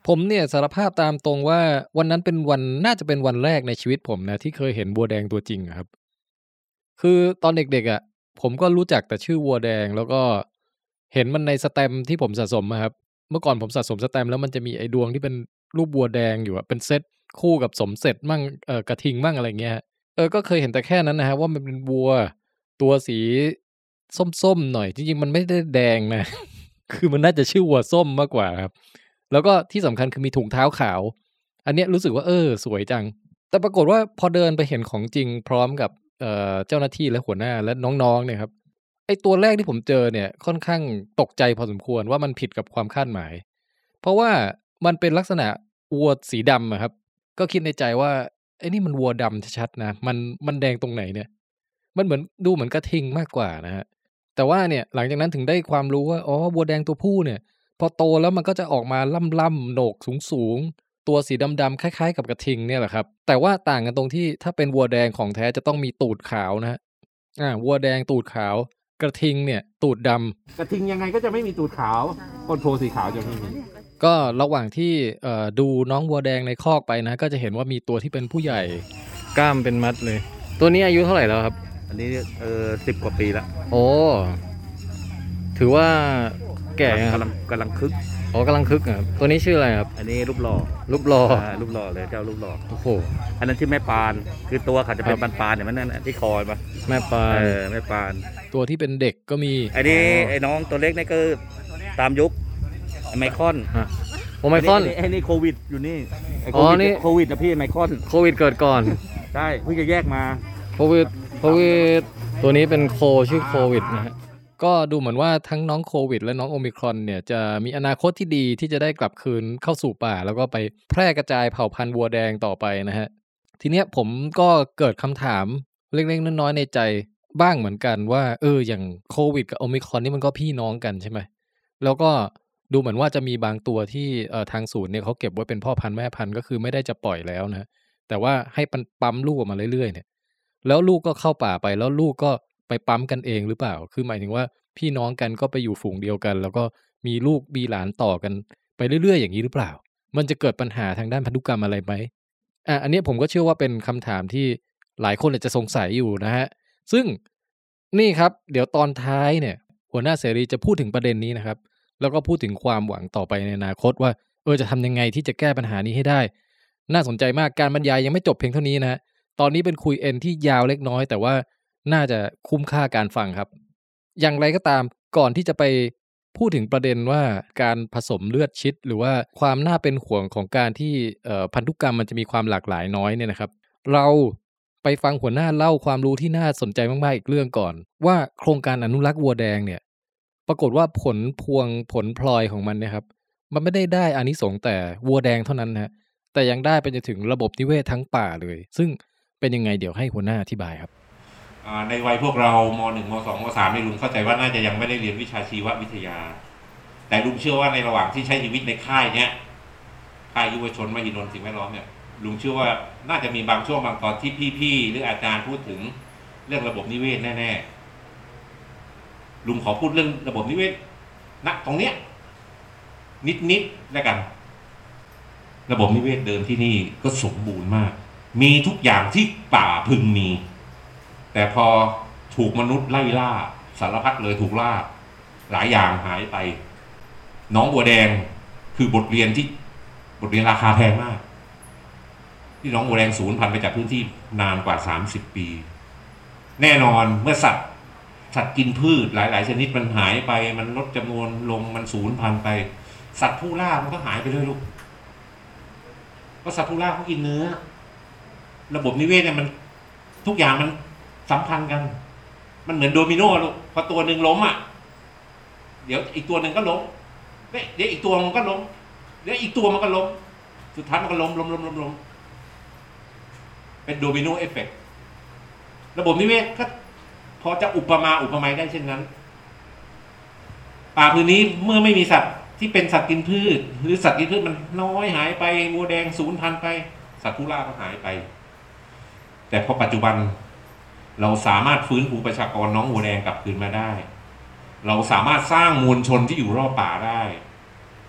ผมเนี่ยสารภาพตามตรงว่าวันนั้นเป็นวันน่าจะเป็นวันแรกในชีวิตผมนะที่เคยเห็นวัวแดงตัวจริงอะครับคือตอนเด็กๆอ่ะผมก็รู้จักแต่ชื่อวัวแดงแล้วก็เห็นมันในสแตมป์ที่ผมสะสมอะครับเมื่อก่อนผมสะสมสแตมป์แล้วมันจะมีไอ้ดวงที่เป็นรูปวัวแดงอยู่อะเป็นเซตคู่กับสมเสร็จมั่งเอ่อกระทิงมั่งอะไรเงี้ยฮะเออก็เคยเห็นแต่แค่นั้นนะฮะว่ามันเป็นวัวตัวสีส้มๆหน่อยจริงๆมันไม่ได้แดงนะ คือมันน่าจะชื่อวัวส้มมากกว่าครับแล้วก็ที่สำคัญคือมีถุงเท้าขาวอันเนี้ยรู้สึกว่าเออสวยจังแต่ปรากฏว่าพอเดินไปเห็นของจริงพร้อมกับเอ่อเจ้าหน้าที่และหัวหน้าและน้องๆเนี่ยครับไอ้ตัวแรกที่ผมเจอเนี่ยค่อนข้างตกใจพอสมควรว่ามันผิดกับความคาดหมายเพราะว่ามันเป็นลักษณะวัวสีดำอะครับก็คิดในใจว่าไอ้นี่มันวัวดำชัดๆนะมันมันแดงตรงไหนเนี่ยมันเหมือนดูเหมือนกระทิงมากกว่านะฮะแต่ว่าเนี่ยหลังจากนั้นถึงได้ความรู้ว่าอ๋อวัวแดงตัวผู้เนี่ยพอโตแล้วมันก็จะออกมาล่ำๆโหนกสูงๆตัวสีดำๆคล้ายๆกับกระทิงเนี่ยแหละครับแต่ว่าต่างกันตรงที่ถ้าเป็นวัวแดงของแท้จะต้องมีตูดขาวนะฮะอ่าวัวแดงตูดขาวกระทิงเนี่ยตูดดำกระทิงยังไงก็จะไม่มีตูดขาวก้นโพสีขาวจะไม่มีก็ระหว่างที่เอ่อดูน้องวัวแดงในคอกไปนะก็จะเห็นว่ามีตัวที่เป็นผู้ใหญ่กล้ามเป็นมัดเลยตัวนี้อายุเท่าไหร่แล้วครับอันนี้เออสิบกว่าปีแล้วโอ้ถือว่าแก่กำลังกำลังคึกอ๋อกำลังคึกอ่ะตัวนี้ชื่ออะไรครับอันนี้รูปหล่อรูปหล่อรูปหล่อเลยเจ้ารูปหล่อโอ้โหอันนั้นชื่อแม่ปานคือตัวเขาจะเป็นปานปานเนี่ยมันนั่นที่คอปะแม่ปานเออแม่ปานตัวที่เป็นเด็กก็มีอันนี้ไอ้น้องตัวเล็กนี่ก็ตามยุคไมคอนโอไมคอนไอ้นี่โควิดอยู่นี่อ๋อนี่โควิดนะพี่ไมคอนโควิดเกิดก่อนใช่เพิ่งจะแยกมาโควิดโควิดตัวนี้เป็นโคชื่อโควิดนะฮะก็ดูเหมือนว่าทั้งน้องโควิดและน้องโอมิครอนเนี่ยจะมีอนาคตที่ดีที่จะได้กลับคืนเข้าสู่ป่าแล้วก็ไปแพร่กระจายเผ่าพันธุ์วัวแดงต่อไปนะฮะทีเนี้ยผมก็เกิดคำถามเล็กๆน้อยๆในใจบ้างเหมือนกันว่าเอออย่างโควิดกับโอมิครอนนี่มันก็พี่น้องกันใช่ไหมแล้วก็ดูเหมือนว่าจะมีบางตัวที่เอ่อทางศูนย์เนี่ยเขาเก็บไว้เป็นพ่อพันธุ์แม่พันธุ์ก็คือไม่ได้จะปล่อยแล้วนะแต่ว่าให้ปันปั๊มลูกออกมาเรื่อยๆเนี่ยแล้วลูกก็เข้าป่าไปแล้วลูกก็ไปปั๊มกันเองหรือเปล่าคือหมายถึงว่าพี่น้องกันก็ไปอยู่ฝูงเดียวกันแล้วก็มีลูกมีหลานต่อกันไปเรื่อยๆอย่างนี้หรือเปล่ามันจะเกิดปัญหาทางด้านพันธุกรรมอะไรไหมอ่ะอันนี้ผมก็เชื่อว่าเป็นคำถามที่หลายคนอาจจะสงสัยอยู่นะฮะซึ่งนี่ครับเดี๋ยวตอนท้ายเนี่ยหัวหน้าเสรีจะพูดถึงประเด็นนี้นะครับแล้วก็พูดถึงความหวังต่อไปในอนาคตว่าเออจะทำยังไงที่จะแก้ปัญหานี้ให้ได้น่าสนใจมากการบรรยายยังไม่จบเพียงเท่านี้นะตอนนี้เป็นคุยเอ็นที่ยาวเล็กน้อยแต่ว่าน่าจะคุ้มค่าการฟังครับอย่างไรก็ตามก่อนที่จะไปพูดถึงประเด็นว่าการผสมเลือดชิดหรือว่าความน่าเป็นห่วงของการที่พันธุกรรมมันจะมีความหลากหลายน้อยเนี่ยนะครับเราไปฟังหัวหน้าเล่าความรู้ที่น่าสนใจมากๆอีกเรื่องก่อนว่าโครงการอนุรักษ์วัวแดงเนี่ยปรากฏว่าผลพวงผลพลอยของมันเนี่ยครับมันไม่ได้ได้อานิสงส์แต่วัวแดงเท่านั้นนะแต่ยังได้ไปจนถึงระบบนิเวศทั้งป่าเลยซึ่งเป็นยังไงเดี๋ยวให้หัวหน้าอธิบายครับในวัยพวกเราม หนึ่ง ม สอง ม สาม ในลุงเข้าใจว่าน่าจะยังไม่ได้เรียนวิชาชีววิทยาแต่ลุงเชื่อว่าในระหว่างที่ใช้ชีวิตในค่ายเนี้ยค่ายยุวชนมหิดลสิ่งแวดล้อมเนี่ยลุงเชื่อว่าน่าจะมีบางช่วงบางตอนที่พี่ๆหรืออาจารย์พูดถึงเรื่องระบบนิเวศแน่ๆลุงขอพูดเรื่องระบบนิเวศณตรงเนี้ยนิดๆแล้วกันระบบนิเวศเดิมที่นี่ก็สมบูรณ์มากมีทุกอย่างที่ป่าพึงมีแต่พอถูกมนุษย์ไล่ล่าสารพัดเลยถูกล่าหลายอย่างหายไปน้องบัวแดงคือบทเรียนที่บทเรียนราคาแพงมากที่น้องบัวแดงสูญพันธุ์ไปจากพื้นที่นานกว่าสามสิบปีแน่นอนเมื่อสัตว์สัตว์กินพืชหลายๆชนิดมันหายไปมันลดจำนวนลงมันสูญพันธุ์ไปสัตว์ผู้ล่ามันก็หายไปด้วยลูกเพราะสัตว์ผู้ล่าเขากินเนื้อระบบนิเวศเนี่ยมันทุกอย่างมันสัมพันธ์กันมันเหมือนโดมิโนลูกพอตัวหนึ่งล้มอ่ะเดี๋ยวอีกตัวหนึ่งก็ล้มเดี๋ยวอีกตัวมันก็ล้มเดี๋ยวอีกตัวมันก็ล้มสุดท้ายมันก็ล้มล้มล้มล้มล้มเป็นโดมิโนเอฟเฟกต์ระบบนิเวศก็พอจะอุปมาอุปไมยได้เช่นนั้นป่าพื้นนี้เมื่อไม่มีสัตว์ที่เป็นสัตว์กินพืชหรือสัตว์กินพืชมันน้อยหายไปวัวแดงสูญพันธุ์ไปสัตว์ผู้ล่าก็หายไปแต่พอปัจจุบันเราสามารถฟื้นฟูประชากรน้องวัวแดงกลับคืนมาได้เราสามารถสร้างมวลชนที่อยู่รอบป่าได้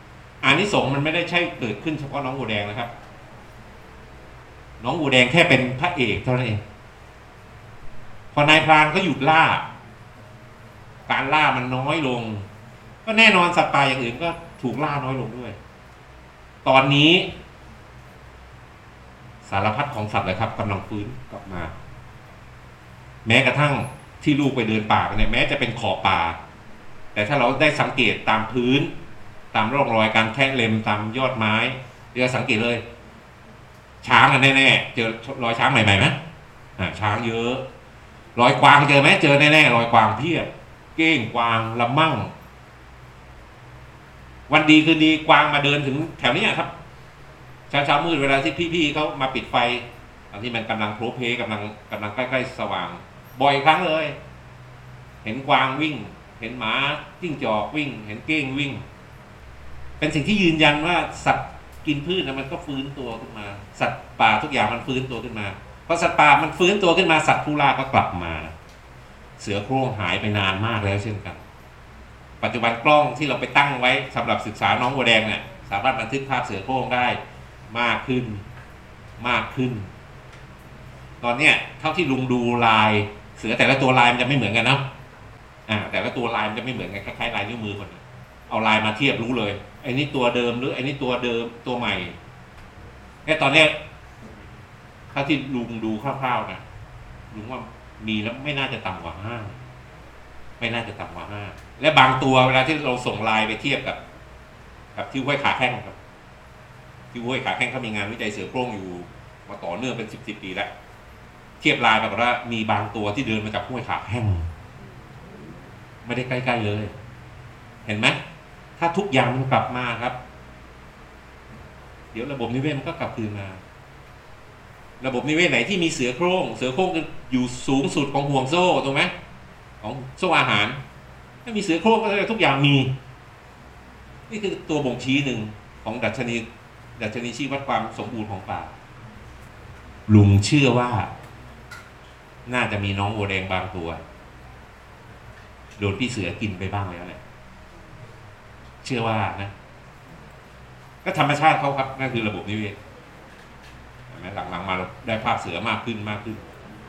อานิสงส์มันไม่ได้ใช่เกิดขึ้นเฉพาะน้องวัวแดงนะครับน้องวัวแดงแค่เป็นพระเอกเท่านั้นเองพอนายพรานก็หยุดล่าการล่ามันน้อยลงก็แน่นอนสัตว์ป่าอย่างอื่นก็ถูกล่าน้อยลงด้วยตอนนี้สารพัดของสัตว์เลยครับกำลังฟื้นกลับมาแม้กระทั่งที่ลูกไปเดินป่าเนี่ยแม้จะเป็นขอบป่าแต่ถ้าเราได้สังเกตตามพื้นตามร่องรอยการแทะเล็มตามยอดไม้เราสังเกตเลยช้างกันแน่ๆเจอรอยช้างใหม่ๆไหมอ่าช้างเยอะรอยกวางเจอไหมเจอแน่ๆรอยกวางเพียบเก้งกวางละมั่งวันดีคืนดีกวางมาเดินถึงแถวนี้ครับเช้าเช้ามืดเวลาที่พี่ๆเขามาปิดไฟตอนที่มันกำลังโผล่เพกำลังกำลังใกล้ๆสว่างบ่อยครั้งเลยเห็นกวางวิ่งเห็นหมาจิ้งจอกวิ่งเห็นเก้งวิ่งเป็นสิ่งที่ยืนยันว่าสัตว์กินพืชนะมันก็ฟื้นตัวขึ้นมาสัตว์ป่าทุกอย่างมันฟื้นตัวขึ้นมาพอสัตว์ป่ามันฟื้นตัวขึ้นมาสัตว์ผู้ล่าก็กลับมาเสือโคร่งหายไปนานมากแล้วเช่นกันปัจจุบันกล้องที่เราไปตั้งไว้สำหรับศึกษาน้องวัวแดงเนี่ยสามารถบันทึกภาพเสือโคร่งได้มากขึ้นมากขึ้นตอนเนี้ยเท่าที่ลุงดูลายเสือแต่ละตัวลายมันจะไม่เหมือนกันนะอ่าแต่ละตัวลายมันจะไม่เหมือนกันคล้ายๆลายนิ้วมือคนเอาลายมาเทียบรู้เลยไอ้นี่ตัวเดิมหรือไอ้นี่ตัวเดิมตัวใหม่แค่ตอนเนี้ยถ้าที่ลุงดูคร่าวๆนะลุงว่ามีแล้วไม่น่าจะต่ำกว่าห้าไม่น่าจะต่ำกว่าห้าและบางตัวเวลาที่เราส่งลายไปเทียบกับกับที่ห้วยขาแข้งครับที่ห้วยขาแข้งเขามีงานวิจัยเสือโคร่งอยู่มาต่อเนื่องเป็นสิบสิบปีแล้วเทียบลายปรากฏว่ามีบางตัวที่เดินมาจากห้วยขาแข้งไม่ได้ใกล้ๆเลยเห็นไหมถ้าทุกอย่างมันกลับมาครับเดี๋ยวระบบนิเวศมันก็กลับคืนมาระบบนิเวศไหนที่มีเสือโคร่งเสือโคร่งอยู่สูงสุดของห่วงโซ่ถูกไหมของโซ่อาหารถ้ามีเสือโคร่งก็ทุกอย่างมีนี่คือตัวบ่งชี้หนึ่งของดัชนีดัชนีชี้วัดความสมบูรณ์ของป่าลุงเชื่อว่าน่าจะมีน้องวัวแดงบางตัวโดนพี่เสือกินไปบ้างแล้วแหละเชื่อว่านะก็ธรรมชาติเขาครับนั่นคือระบบนิเวศหลังๆมาเราได้ภาพเสือมากขึ้นมากขึ้น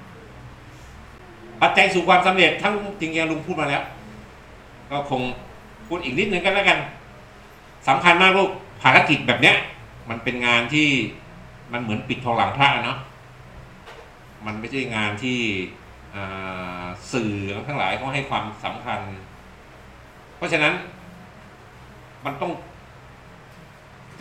ปัจจัยสู่ความสำเร็จทั้งจริงๆลุงพูดมาแล้วก็คงพูดอีกนิดนึงกันแล้วกันสำคัญมากลูกภารกิจแบบเนี้ยมันเป็นงานที่มันเหมือนปิดทองหลังพระเนาะมันไม่ใช่งานที่สื่อทั้งหลายเขาให้ความสำคัญเพราะฉะนั้นมันต้องใจ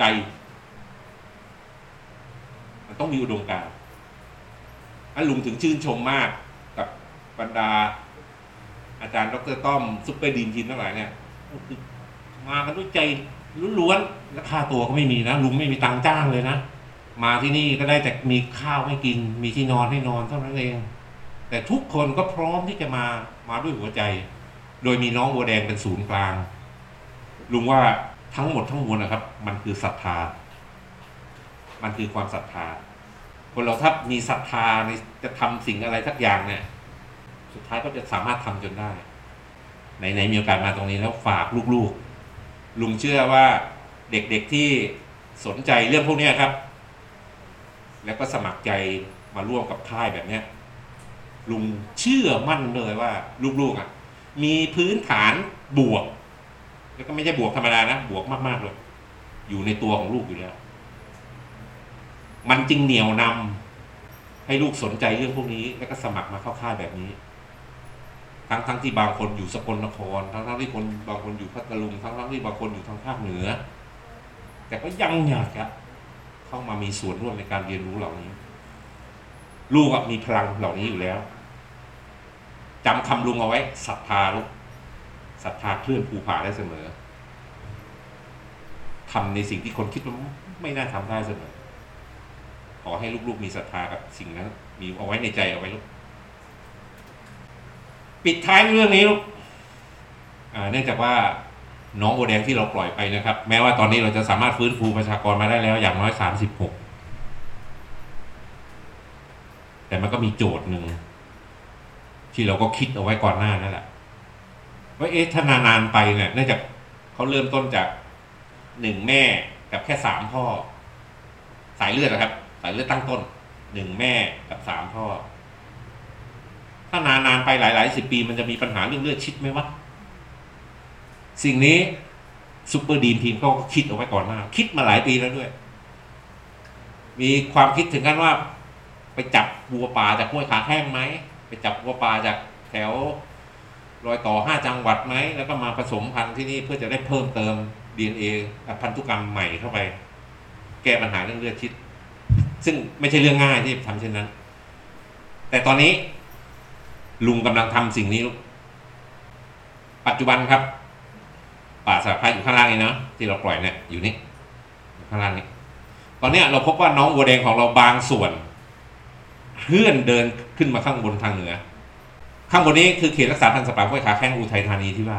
มันต้องมีอุดมการณ์อันลุงถึงชื่นชมมากกับบรรดาอาจารย์ดร.ต้อมซุปเปอร์ดีนทีมทั้งหลายเนี่ยมากันด้วยใจล้วนๆและค่าตัวก็ไม่มีนะลุงไม่มีตังค์จ้างเลยนะมาที่นี่ก็ได้แต่มีข้าวให้กินมีที่นอนให้นอนเท่านั้นเองแต่ทุกคนก็พร้อมที่จะมามาด้วยหัวใจโดยมีน้องวัวแดงเป็นศูนย์กลางลุงว่าทั้งหมดทั้งมวลนะครับมันคือศรัทธามันคือความศรัทธาคนเราถ้ามีศรัทธาในจะทำสิ่งอะไรสักอย่างเนี่ยสุดท้ายก็จะสามารถทำจนได้ไหนๆมีโอกาสมาตรงนี้แล้วฝากลูกๆลุงเชื่อว่าเด็กๆที่สนใจเรื่องพวกนี้ครับแล้วก็สมัครใจมาร่วมกับค่ายแบบนี้ลุงเชื่อมั่นเลยว่าลูกๆอ่ะมีพื้นฐานบวกแล้วก็ไม่ใช่บวกธรรมดานะบวกมากๆเลยอยู่ในตัวของลูกอยู่แล้วมันจึงเหนี่ยวนำให้ลูกสนใจเรื่องพวกนี้แล้วก็สมัครมาเข้าค่ายแบบนี้ทั้งทั้งที่บางคนอยู่สกลนครทั้งทั้งที่คนบางคนอยู่พัทลุงทั้งทั้งที่บางคนอยู่ทางภาคเหนือแต่ก็ยังอยากจะเข้ามามีส่วนร่วมในการเรียนรู้เหล่านี้ลูกมีพลังเหล่านี้อยู่แล้วจำคำลุงเอาไว้ศรัทธาลูกศรัทธาเคลื่อนภูผาได้เสมอทำในสิ่งที่คนคิดว่าไม่น่าทำได้เสมอขอให้ลูกๆมีศรัทธากับสิ่งนั้นมีเอาไว้ในใจเอาไว้ลูกปิดท้ายเรื่องนี้ลูกเนื่องจากว่าน้องวัวแดงที่เราปล่อยไปนะครับแม้ว่าตอนนี้เราจะสามารถฟื้นฟูประชากรมาได้แล้วอย่างน้อยสามสิบหกแต่มันก็มีโจทย์หนึ่งที่เราก็คิดเอาไว้ก่อนหน้านั่นแหละว่าเอ๊ะถ้านานๆไปเนี่ยเนื่องจากเขาเริ่มต้นจากหนึ่งแม่กับแค่สามพ่อสายเลือดนะครับสายเลือดตั้งต้นหนึ่งแม่กับสามพ่อถ้านานๆไปหลายๆสิบปีมันจะมีปัญหาเรื่องเลือดชิดไหมวะสิ่งนี้ซุปเปอร์ดีมทีมก็คิดเอาไว้ก่อนหน้าคิดมาหลายปีแล้วด้วยมีความคิดถึงกันว่าไปจับวัวป่าจากห้วยขาแข้งไหมไปจับวัวป่าจากแถวรอยต่อห้าจังหวัดไหมแล้วก็มาผสมพันธุ์ที่นี่เพื่อจะได้เพิ่มเติม ดี เอ็น เอ พันธุกรรมใหม่เข้าไปแก้ปัญหาเรื่องเลือดชิดซึ่งไม่ใช่เรื่องง่ายที่ทำเช่นนั้นแต่ตอนนี้ลุงกำลังทำสิ่งนี้ปัจจุบันครับป่าสารพัดอยู่ข้างล่างนี่เนาะที่เราปล่อยเนี่ยอยู่นี่ข้างล่างนี้ตอนนี้เราพบว่าน้องวัวแดงของเราบางส่วนเคลื่อนเดินขึ้นมาข้างบนทางเหนือข้างบนนี้คือเขตรักษาพันธุ์สัตว์ป่าห้วยขาแข้งอุทัยธานีที่ว่า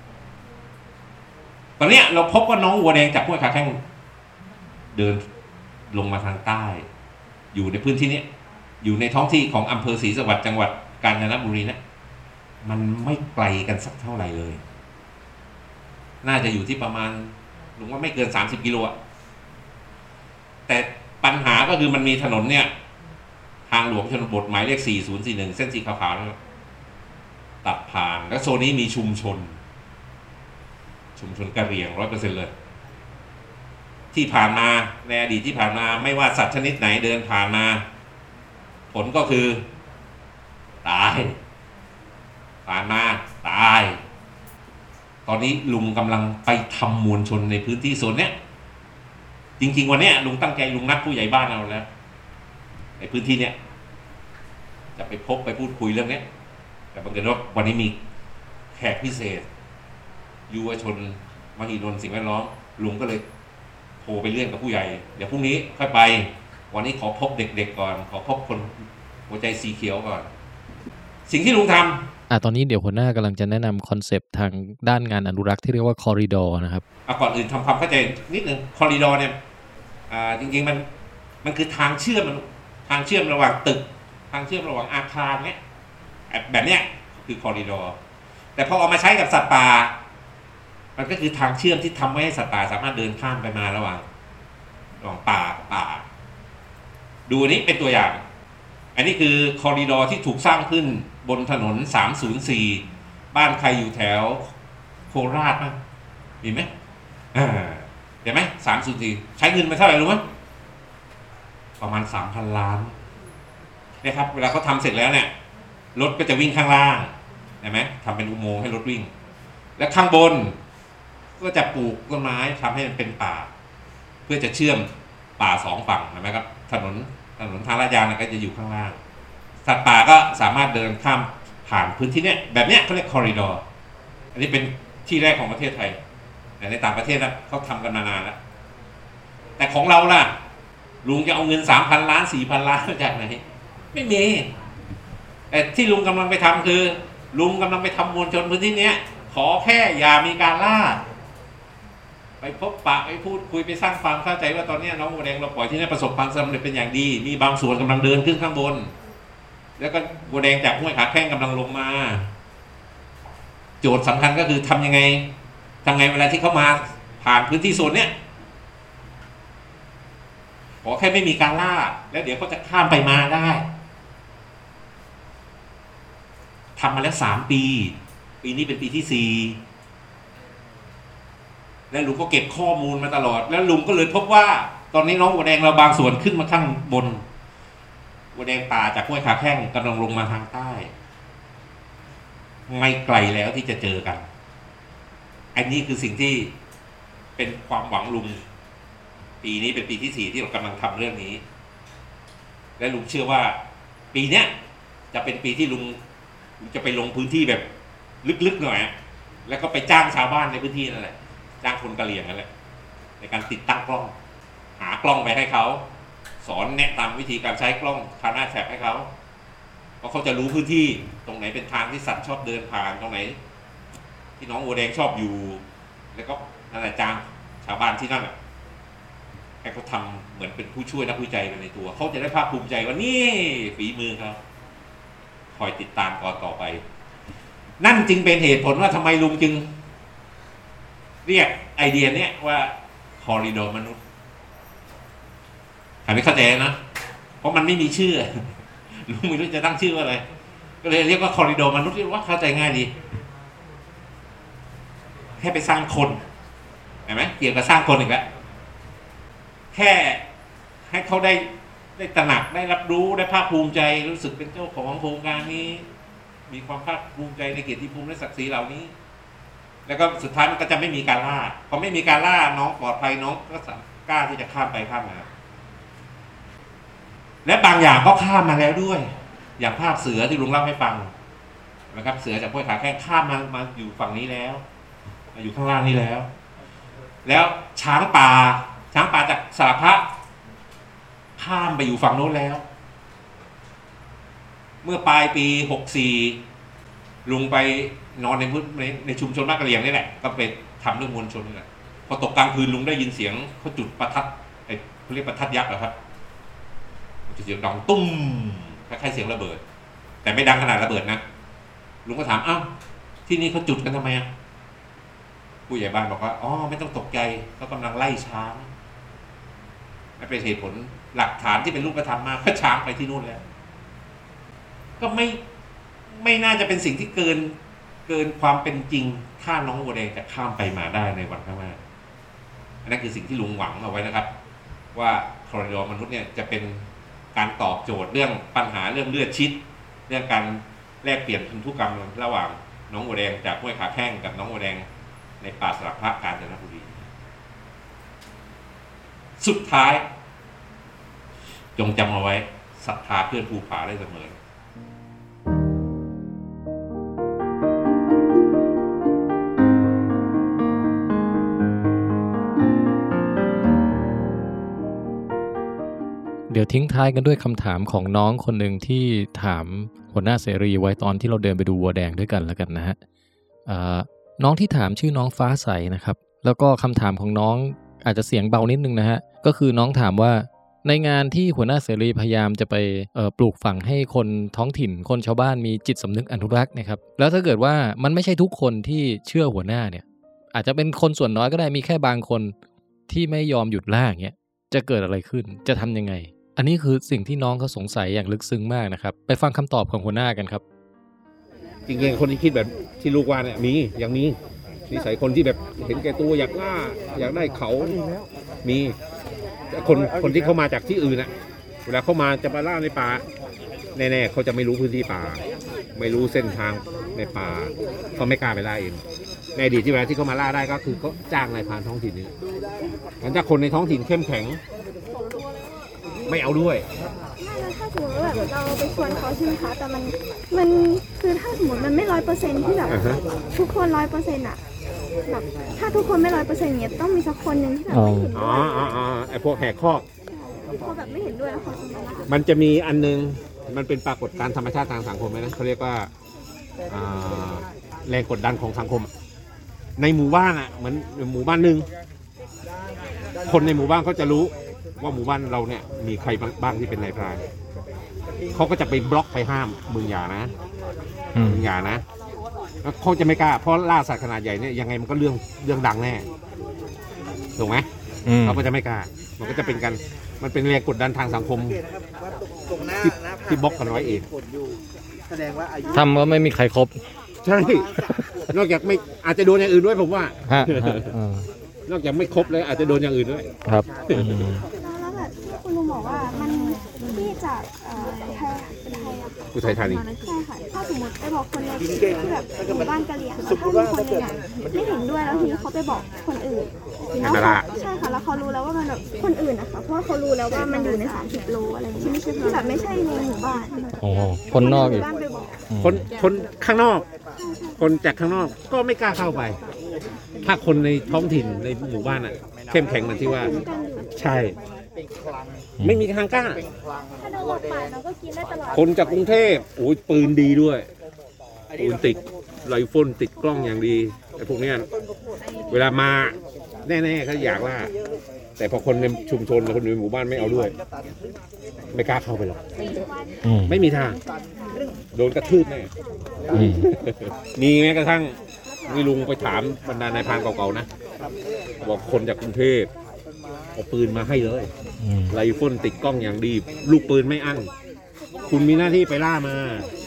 ตอนนี้เราพบว่าน้องวัวแดงจากห้วยขาแข้งเดินลงมาทางใต้อยู่ในพื้นที่นี้อยู่ในท้องที่ของอำเภอศรีสวัสดิ์จังหวัดกาญจนบุรีนะมันไม่ไกลกันสักเท่าไหร่เลยน่าจะอยู่ที่ประมาณลุงว่าไม่เกินสามสิบกิโลอะแต่ปัญหาก็คือมันมีถนนเนี่ยทางหลวงชนบทหมายเลขสี่ศูนย์สี่หนึ่งเส้นสีขาวๆตัดผ่านและโซนนี้มีชุมชนชุมชนกะเหรี่ยง ร้อยเปอร์เซ็นต์ เลยที่ผ่านมาในอดีตที่ผ่านมาไม่ว่าสัตว์ชนิดไหนเดินผ่านมาผลก็คือตายผ่านมาตายตอนนี้ลุงกำลังไปทำมวลชนในพื้นที่โซนเนี้ยจริงๆวันเนี้ยลุงตั้งใจลุงนัดผู้ใหญ่บ้านเราแล้วในพื้นที่เนี้ยจะไปพบไปพูดคุยเรื่องเนี้ยแต่บังเอิญว่าวันนี้มีแขกพิเศษยุวชนมหิดลสิ่งแวดล้อมลุงก็เลยโทรไปเรื่องกับผู้ใหญ่เดี๋ยวพรุ่งนี้ค่อยไปวันนี้ขอพบเด็กๆก่อนขอพบคนหัวใจสีเขียวก่อนสิ่งที่ลุงทำอ่ะตอนนี้เดี๋ยวหัวหน้ากำลังจะแนะนำคอนเซปต์ทางด้านงานอนุรักษ์ที่เรียกว่าคอริดอร์นะครับอ่ะก่อนอื่นทำความเข้าใจนิดนึงคอริดอร์เนี่ยอ่าจริงๆมันมันคือทางเชื่อมมันทางเชื่อมระหว่างตึกทางเชื่อมระหว่างอาคารเนี้ยแบบเนี้ยคือคอริดอร์แต่พอเอามาใช้กับสัตว์ป่ามันก็คือทางเชื่อมที่ทำให้สัตว์ป่าสามารถเดินข้ามไปมาระหว่างระหว่างป่าป่าดูนี้เป็นตัวอย่างอันนี้คือคอริดอร์ที่ถูกสร้างขึ้นบนถนนสามศูนย์สี่บ้านใครอยู่แถวโคราชมั้ยมีไหมอ่าเห็นไหมสามศูนย์สี่ใช้เงินมาเท่าไหร่รู้ไหมประมาณ สามพัน ล้านเนี่ยครับเวลาเขาทำเสร็จแล้วเนี่ยรถก็จะวิ่งข้างล่างเห็นไหมทำเป็นอุโมงค์ให้รถวิ่งและข้างบนก็จะปลูกต้นไม้ทำให้มันเป็นป่าเพื่อจะเชื่อมป่าสองฝั่งเห็นไหมครับถนนถนนทางลาดยางก็จะอยู่ข้างล่างสัตว์ป่าก็สามารถเดินข้ามผ่านพื้นที่เนี้ยแบบเนี้ยเขาเรียกคอริดอร์อันนี้เป็นที่แรกของประเทศไทยแต่ในต่างประเทศนะเขาทำกันมานานแล้วแต่ของเราล่ะลุงจะเอาเงิน สามพัน ล้าน สี่พัน ล้านมาจากไหนไม่มีแต่ที่ลุงกำลังไปทำคือลุงกำลังไปทำมวลชนพื้นที่เนี้ยขอแค่อย่ามีการล่าไปพบปะไปพูดคุยไปสร้างความเข้าใจว่าตอนนี้น้องวัวแดงเราปล่อยที่นี่ประสบความสำเร็จเป็นอย่างดีมีบางส่วนกำลังเดินขึ้นข้างบนแล้วก็วัวแดงจากห้วยขาแข้งกำลังลงมาโจทย์สำคัญก็คือทำยังไงทำไงเวลาที่เขามาผ่านพื้นที่โซนเนี้ยขอแค่ไม่มีการล่าแล้วเดี๋ยวเขาจะข้ามไปมาได้ทำมาแล้วสามปีปีนี้เป็นปีที่สี่แล้วลุงก็เก็บข้อมูลมาตลอดแล้วลุงก็เลยพบว่าตอนนี้น้องวัวแดงเราบางส่วนขึ้นมาข้างบนวัวแดงป่าจากห้วยขาแข้งกำลังลงมาทางใต้ไม่ไกลแล้วที่จะเจอกันอันนี้คือสิ่งที่เป็นความหวังลุงปีนี้เป็นปีที่สี่ที่เรากำลังทำเรื่องนี้และลุงเชื่อว่าปีเนี้ยจะเป็นปีที่ลุงจะไปลงพื้นที่แบบลึกๆหน่อยแล้วก็ไปจ้างชาวบ้านในพื้นที่นั่นแหละจ้างคนกะเหรี่ยงนั่นแหละในการติดตั้งกล้องหากล้องไปให้เขาสอนแนะนำวิธีการใช้กล้องคาน่าแท็บให้เขาเพราะเขาจะรู้พื้นที่ตรงไหนเป็นทางที่สัตว์ชอบเดินผ่านตรงไหนที่น้องวัวแดงชอบอยู่แล้วก็นั่นแหละจ้างชาวบ้านที่นั่นแหละให้เขาทำเหมือนเป็นผู้ช่วยนักวิจัยไปในตัวเขาจะได้ภาคภูมิใจว่านี่ฝีมือเขาคอยติดตามก่อนต่อไปนั่นจึงเป็นเหตุผลว่าทำไมลุงจึงเรียกไอเดียเนี้ยว่าคอริดอร์มนุษย์หาไม่เข้าใจนะเพราะมันไม่มีชื่อลุงไม่รู้จะตั้งชื่อว่าอะไรก็เลยเรียกว่าคอริดอร์มนุษย์ที่ว่าเข้าใจง่ายดีแค่ไปสร้างคนเห็นไหมเกี่ยวกับสร้างคนอีกแล้วแค่ให้เขาได้ได้ตระหนักได้รับรู้ได้ภาคภูมิใจรู้สึกเป็นเจ้าของโครงการนี้มีความภาคภูมิใจในเกียรติภูมิและศักดิ์ศรีเหล่านี้แล้วก็สุดท้ายมันก็จะไม่มีการล่าพอไม่มีการล่าน้องปลอดภัยน้องก็กล้าที่จะข้ามไปข้ามมาและบางอย่างก็ข้ามมาแล้วด้วยอย่างภาพเสือที่ลุงเล่าให้ฟังนะครับเสือจากห้วยขาแข้งข้ามมามาอยู่ฝั่งนี้แล้วมาอยู่ข้างล่างนี้แล้วแล้วช้างป่าช้างป่าจากสารพัดข้ามไปอยู่ฝั่งโน้นแล้วเมื่อปลายปีหกสี่ลุงไปนอนในพื้นในในชุมชนบ้านกะเหรี่ยงนี่แหละก็ไปทำเรื่องมวลชนนี่แหละพอตกกลางคืนลุงได้ยินเสียงเขาจุดประทัดไอ้เขาเรียกประทัดยักษ์เหรอครับจะเสียงดังตุ้มคล้ายๆเสียงระเบิดแต่ไม่ดังขนาดระเบิดนะลุงก็ถามอ้าวที่นี่เขาจุดกันทำไมอ่ะผู้ใหญ่บ้านบอกว่าอ๋อไม่ต้องตกใจเขากำลังไล่ช้างนั่นเป็นเหตุผลหลักฐานที่เป็นรูปธรรมมากเพราะช้างไปที่นู่นแล้วก็ไม่ไม่น่าจะเป็นสิ่งที่เกินเกินความเป็นจริงถ้าน้องวัวแดงจะข้ามไปมาได้ในวันข้างหน้าอันนั้นคือสิ่งที่ลุงหวังเอาไว้นะครับว่าคอริดอร์มนุษย์เนี่ยจะเป็นการตอบโจทย์เรื่องปัญหาเรื่องเลือดชิดเรื่องการแลกเปลี่ยนพันธุกรรมระหว่างน้องวัวแดงจากห้วยขาแข้งกับน้องวัวแดงในป่าสลักพระกาญจนบุรีสุดท้ายจงจำเอาไว้ศรัทธาเพื่อนภูผาได้เสมอเดี๋ยวทิ้งท้ายกันด้วยคำถามของน้องคนหนึ่งที่ถามหัวหน้าเสรีไว้ตอนที่เราเดินไปดูวัวแดงด้วยกันแล้วกันนะฮะน้องที่ถามชื่อน้องฟ้าใสนะครับแล้วก็คำถามของน้องอาจจะเสียงเบานิดนึงนะฮะก็คือน้องถามว่าในงานที่หัวหน้าเสรีพยายามจะไปปลูกฝังให้คนท้องถิ่นคนชาวบ้านมีจิตสำนึกอนุรักษ์นะครับแล้วถ้าเกิดว่ามันไม่ใช่ทุกคนที่เชื่อหัวหน้าเนี่ยอาจจะเป็นคนส่วนน้อยก็ได้มีแค่บางคนที่ไม่ยอมหยุดล่าอย่างเงี้ยจะเกิดอะไรขึ้นจะทำยังไงอันนี้คือสิ่งที่น้องเขาสงสัยอย่างลึกซึ้งมากนะครับไปฟังคำตอบของหัวหน้ากันครับจริงๆคนที่คิดแบบที่ลูกว่าเนี่ยมีอย่างนี้นิสัยคนที่แบบเห็นแก่ตัวอยากล่าอยากได้เขามีคนคนที่เขามาจากที่อื่นน่ะเวลาเขามาจะมาล่าในป่าแน่ๆเขาจะไม่รู้พื้นที่ป่าไม่รู้เส้นทางในป่าเขาไม่กล้าไปล่าเองในอดีตที่เวลาที่เขามาล่าได้ก็คือเขาจ้างนายพรานท้องถิ่นนี่งั้นถ้าคนในท้องถิ่นเข้มแข็งไม่เอาด้วยถ้าสมมติว่าแบบเราไปชวนเขาใช่ไหมคะแต่มันมันคือถ้าสมมติมันไม่ร้อยเปอร์เซ็นต์ที่แบบ uh-huh. ทุกคนร้อยเปอร์เซ็นต์อะแบบถ้าทุกคนไม่ร้อยเปอร์เซ็นต์เนี้ยต้องมีสักคนหนึ่งที่แบบไม่เห็นด้วยอ๋ออ๋อไอพวกแหกข้อเขาแบบไม่เห็นด้วยแล้วเขาจะมาล่ามันจะมีอันนึงมันเป็นปรากฏการณ์ธรรมชาติทางสังคมไหมนะเขาเรียกว่าแรงกดดันของสังคมในหมู่บ้านอะเหมือนหมู่บ้านหนึ่งคนในหมู่บ้านเขาจะรู้ว่าหมู่บ้านเราเนี่ยมีใครบ้างที่เป็นนายพรานเขาก็จะไปบล็อกไปห้ามมึงอย่านะมึงอย่านะเขาจะไม่กล้าเพราะล่าสัตว์ขนาดใหญ่เนี่ยยังไงมันก็เรื่องเรื่องดังแน่ถูกไหมเขาก็จะไม่กล้ามันก็จะเป็นกันมันเป็นแรงกดดันทางสังคมที่ที่บล็อกกันไว้เองทำก็ไม่มีใครครบใช่นอกจากไม่อาจจะโดนอย่างอื่นด้วยผมว่านอกจากไม่ครบเลยอาจจะโดนอย่างอื่นด้วยครับแล้วแบบที่คุณลุงบอกว่ามันที่จากไทยเป็นไทยอุทัยธานีใช่ค่ะถ้าสมมติไปบอกคนในที่แบบหมู่บ้านกะเหรี่ยงถ้ามีคนหนึ่งไม่เห็นด้วยแล้วทีนี้เขาไปบอกคนอื่นแล้วใช่ค่ะแล้วเขารู้แล้วว่ามันแบบคนอื่นนะคะเพราะเขารู้แล้วว่ามันอยู่ในสามสิบโลอะไรที่ไม่ใช่ที่แบบไม่ใช่ในหมู่บ้านอ๋อคนนอกอีกคนคนข้างนอกคนจากข้างนอกก็ไม่กล้าเข้าไปถ้าคนในท้องถิ่นในหมู่บ้านอ่ะเข้มแข็งเหมือนที่ว่าใช่ไม่มีทางกล้าคนจากกรุงเทพโอ้ยปืนดีด้วยปืนติดไรเฟิลติดกล้องอย่างดีไอ้พวกเนี้ยเวลามาแน่ๆเขาอยากล่าแต่พอคนในชุมชนคนในหมู่บ้านไม่เอาด้วยไม่กล้าเข้าไปหรอกไม่มีทางโดนกระทืบแน่มีแม้กระทั่งนี่ลุงไปถามบรรดานายพรานเก่าๆนะบอกคนจากกรุงเทพเอาปืนมาให้เลยอืมไรเฟิลติดกล้องอย่างดี ลูกปืนไม่อั้นคุณมีหน้าที่ไปล่ามา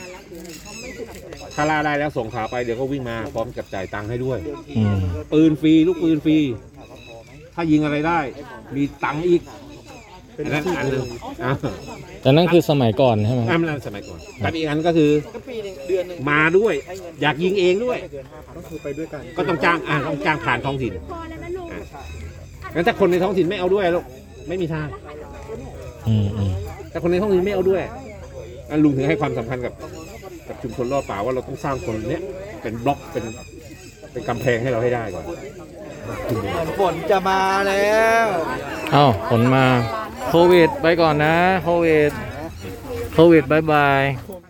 ถ้าล่าได้แล้วส่งขาไปเดี๋ยวก็วิ่งมาพร้อมกับจ่ายตังค์ให้ด้วยอืมปืนฟรีลูกปืนฟรีถ้ายิงอะไรได้ มีตังค์อีกอันนั้นอันหนึงอ่าแต่นั่นคือสมัยก่อนใช่ไหมอันนั้นสมัยก่อนแต่อีกอันก็คือมาด้วย อยากยิงเองด้วยก็ต้องจ้างอ่าต้องจ้างผ่านท้องถิ่นอ่ะงั้นถ้าคนในท้องถิ่นไม่เอาด้วยลูกไม่มีทางอืมอืมแต่คนในท้องถิ่นไม่เอาด้วยอันลุงถึงให้ความสำคัญกับกับชุมชนรอบป่าว่าเราต้องสร้างคนเนี้ยเป็นบล็อกเป็นเป็นกำแพงให้เราให้ได้ก่อนฝนจะมาแล้วเอ้าผลมาโควิดไปก่อนนะโควิดโควิดบายบาย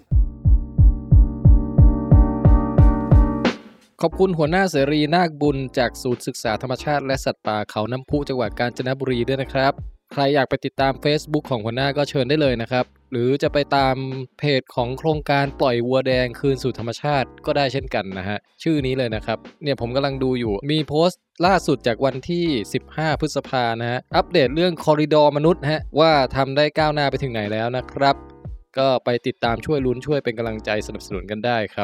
ขอบคุณหัวหน้าเสรีนาคบุญจากศูนย์ศึกษาธรรมชาติและสัตว์ป่าเขาน้ำพุจังหวัดกาญจนบุรีด้วยนะครับใครอยากไปติดตาม Facebook ของหัวหน้าก็เชิญได้เลยนะครับหรือจะไปตามเพจของโครงการปล่อยวัวแดงคืนสู่ธรรมชาติก็ได้เช่นกันนะฮะชื่อนี้เลยนะครับเนี่ยผมกำลังดูอยู่มีโพสต์ล่าสุดจากวันที่สิบห้าพฤษภานะฮะอัปเดตเรื่องคอริดอร์มนุษย์ฮะว่าทำได้ก้าวหน้าไปถึงไหนแล้วนะครับก็ไปติดตามช่วยลุ้นช่วยเป็นกำลังใจสนับสนุนกันได้ครับ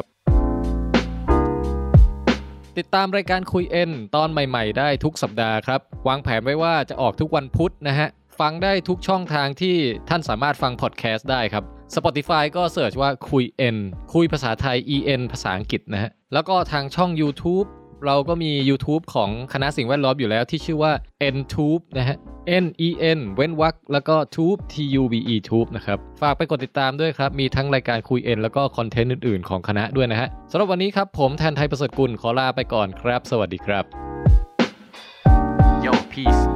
ติดตามรายการคุยเอ็นตอนใหม่ๆได้ทุกสัปดาห์ครับวางแผนไว้ว่าจะออกทุกวันพุธนะฮะฟังได้ทุกช่องทางที่ท่านสามารถฟังพอดแคสต์ได้ครับ Spotify ก็เสิร์ชว่าคุยเอ็นคุยภาษาไทย อี เอ็น ภาษาอังกฤษนะฮะแล้วก็ทางช่อง YouTube เราก็มี YouTube ของคณะสิ่งแวดล้อมอยู่แล้วที่ชื่อว่า N-Tube นะฮะ N E N เว้นวรรคแล้วก็ Tube T U B E Tube นะครับฝากไปกดติดตามด้วยครับมีทั้งรายการคุยเอ็นแล้วก็คอนเทนต์อื่นๆของคณะด้วยนะฮะสำหรับวันนี้ครับผมแทนไทยประเสริฐกุลขอลาไปก่อนครับสวัสดีครับ Yo peace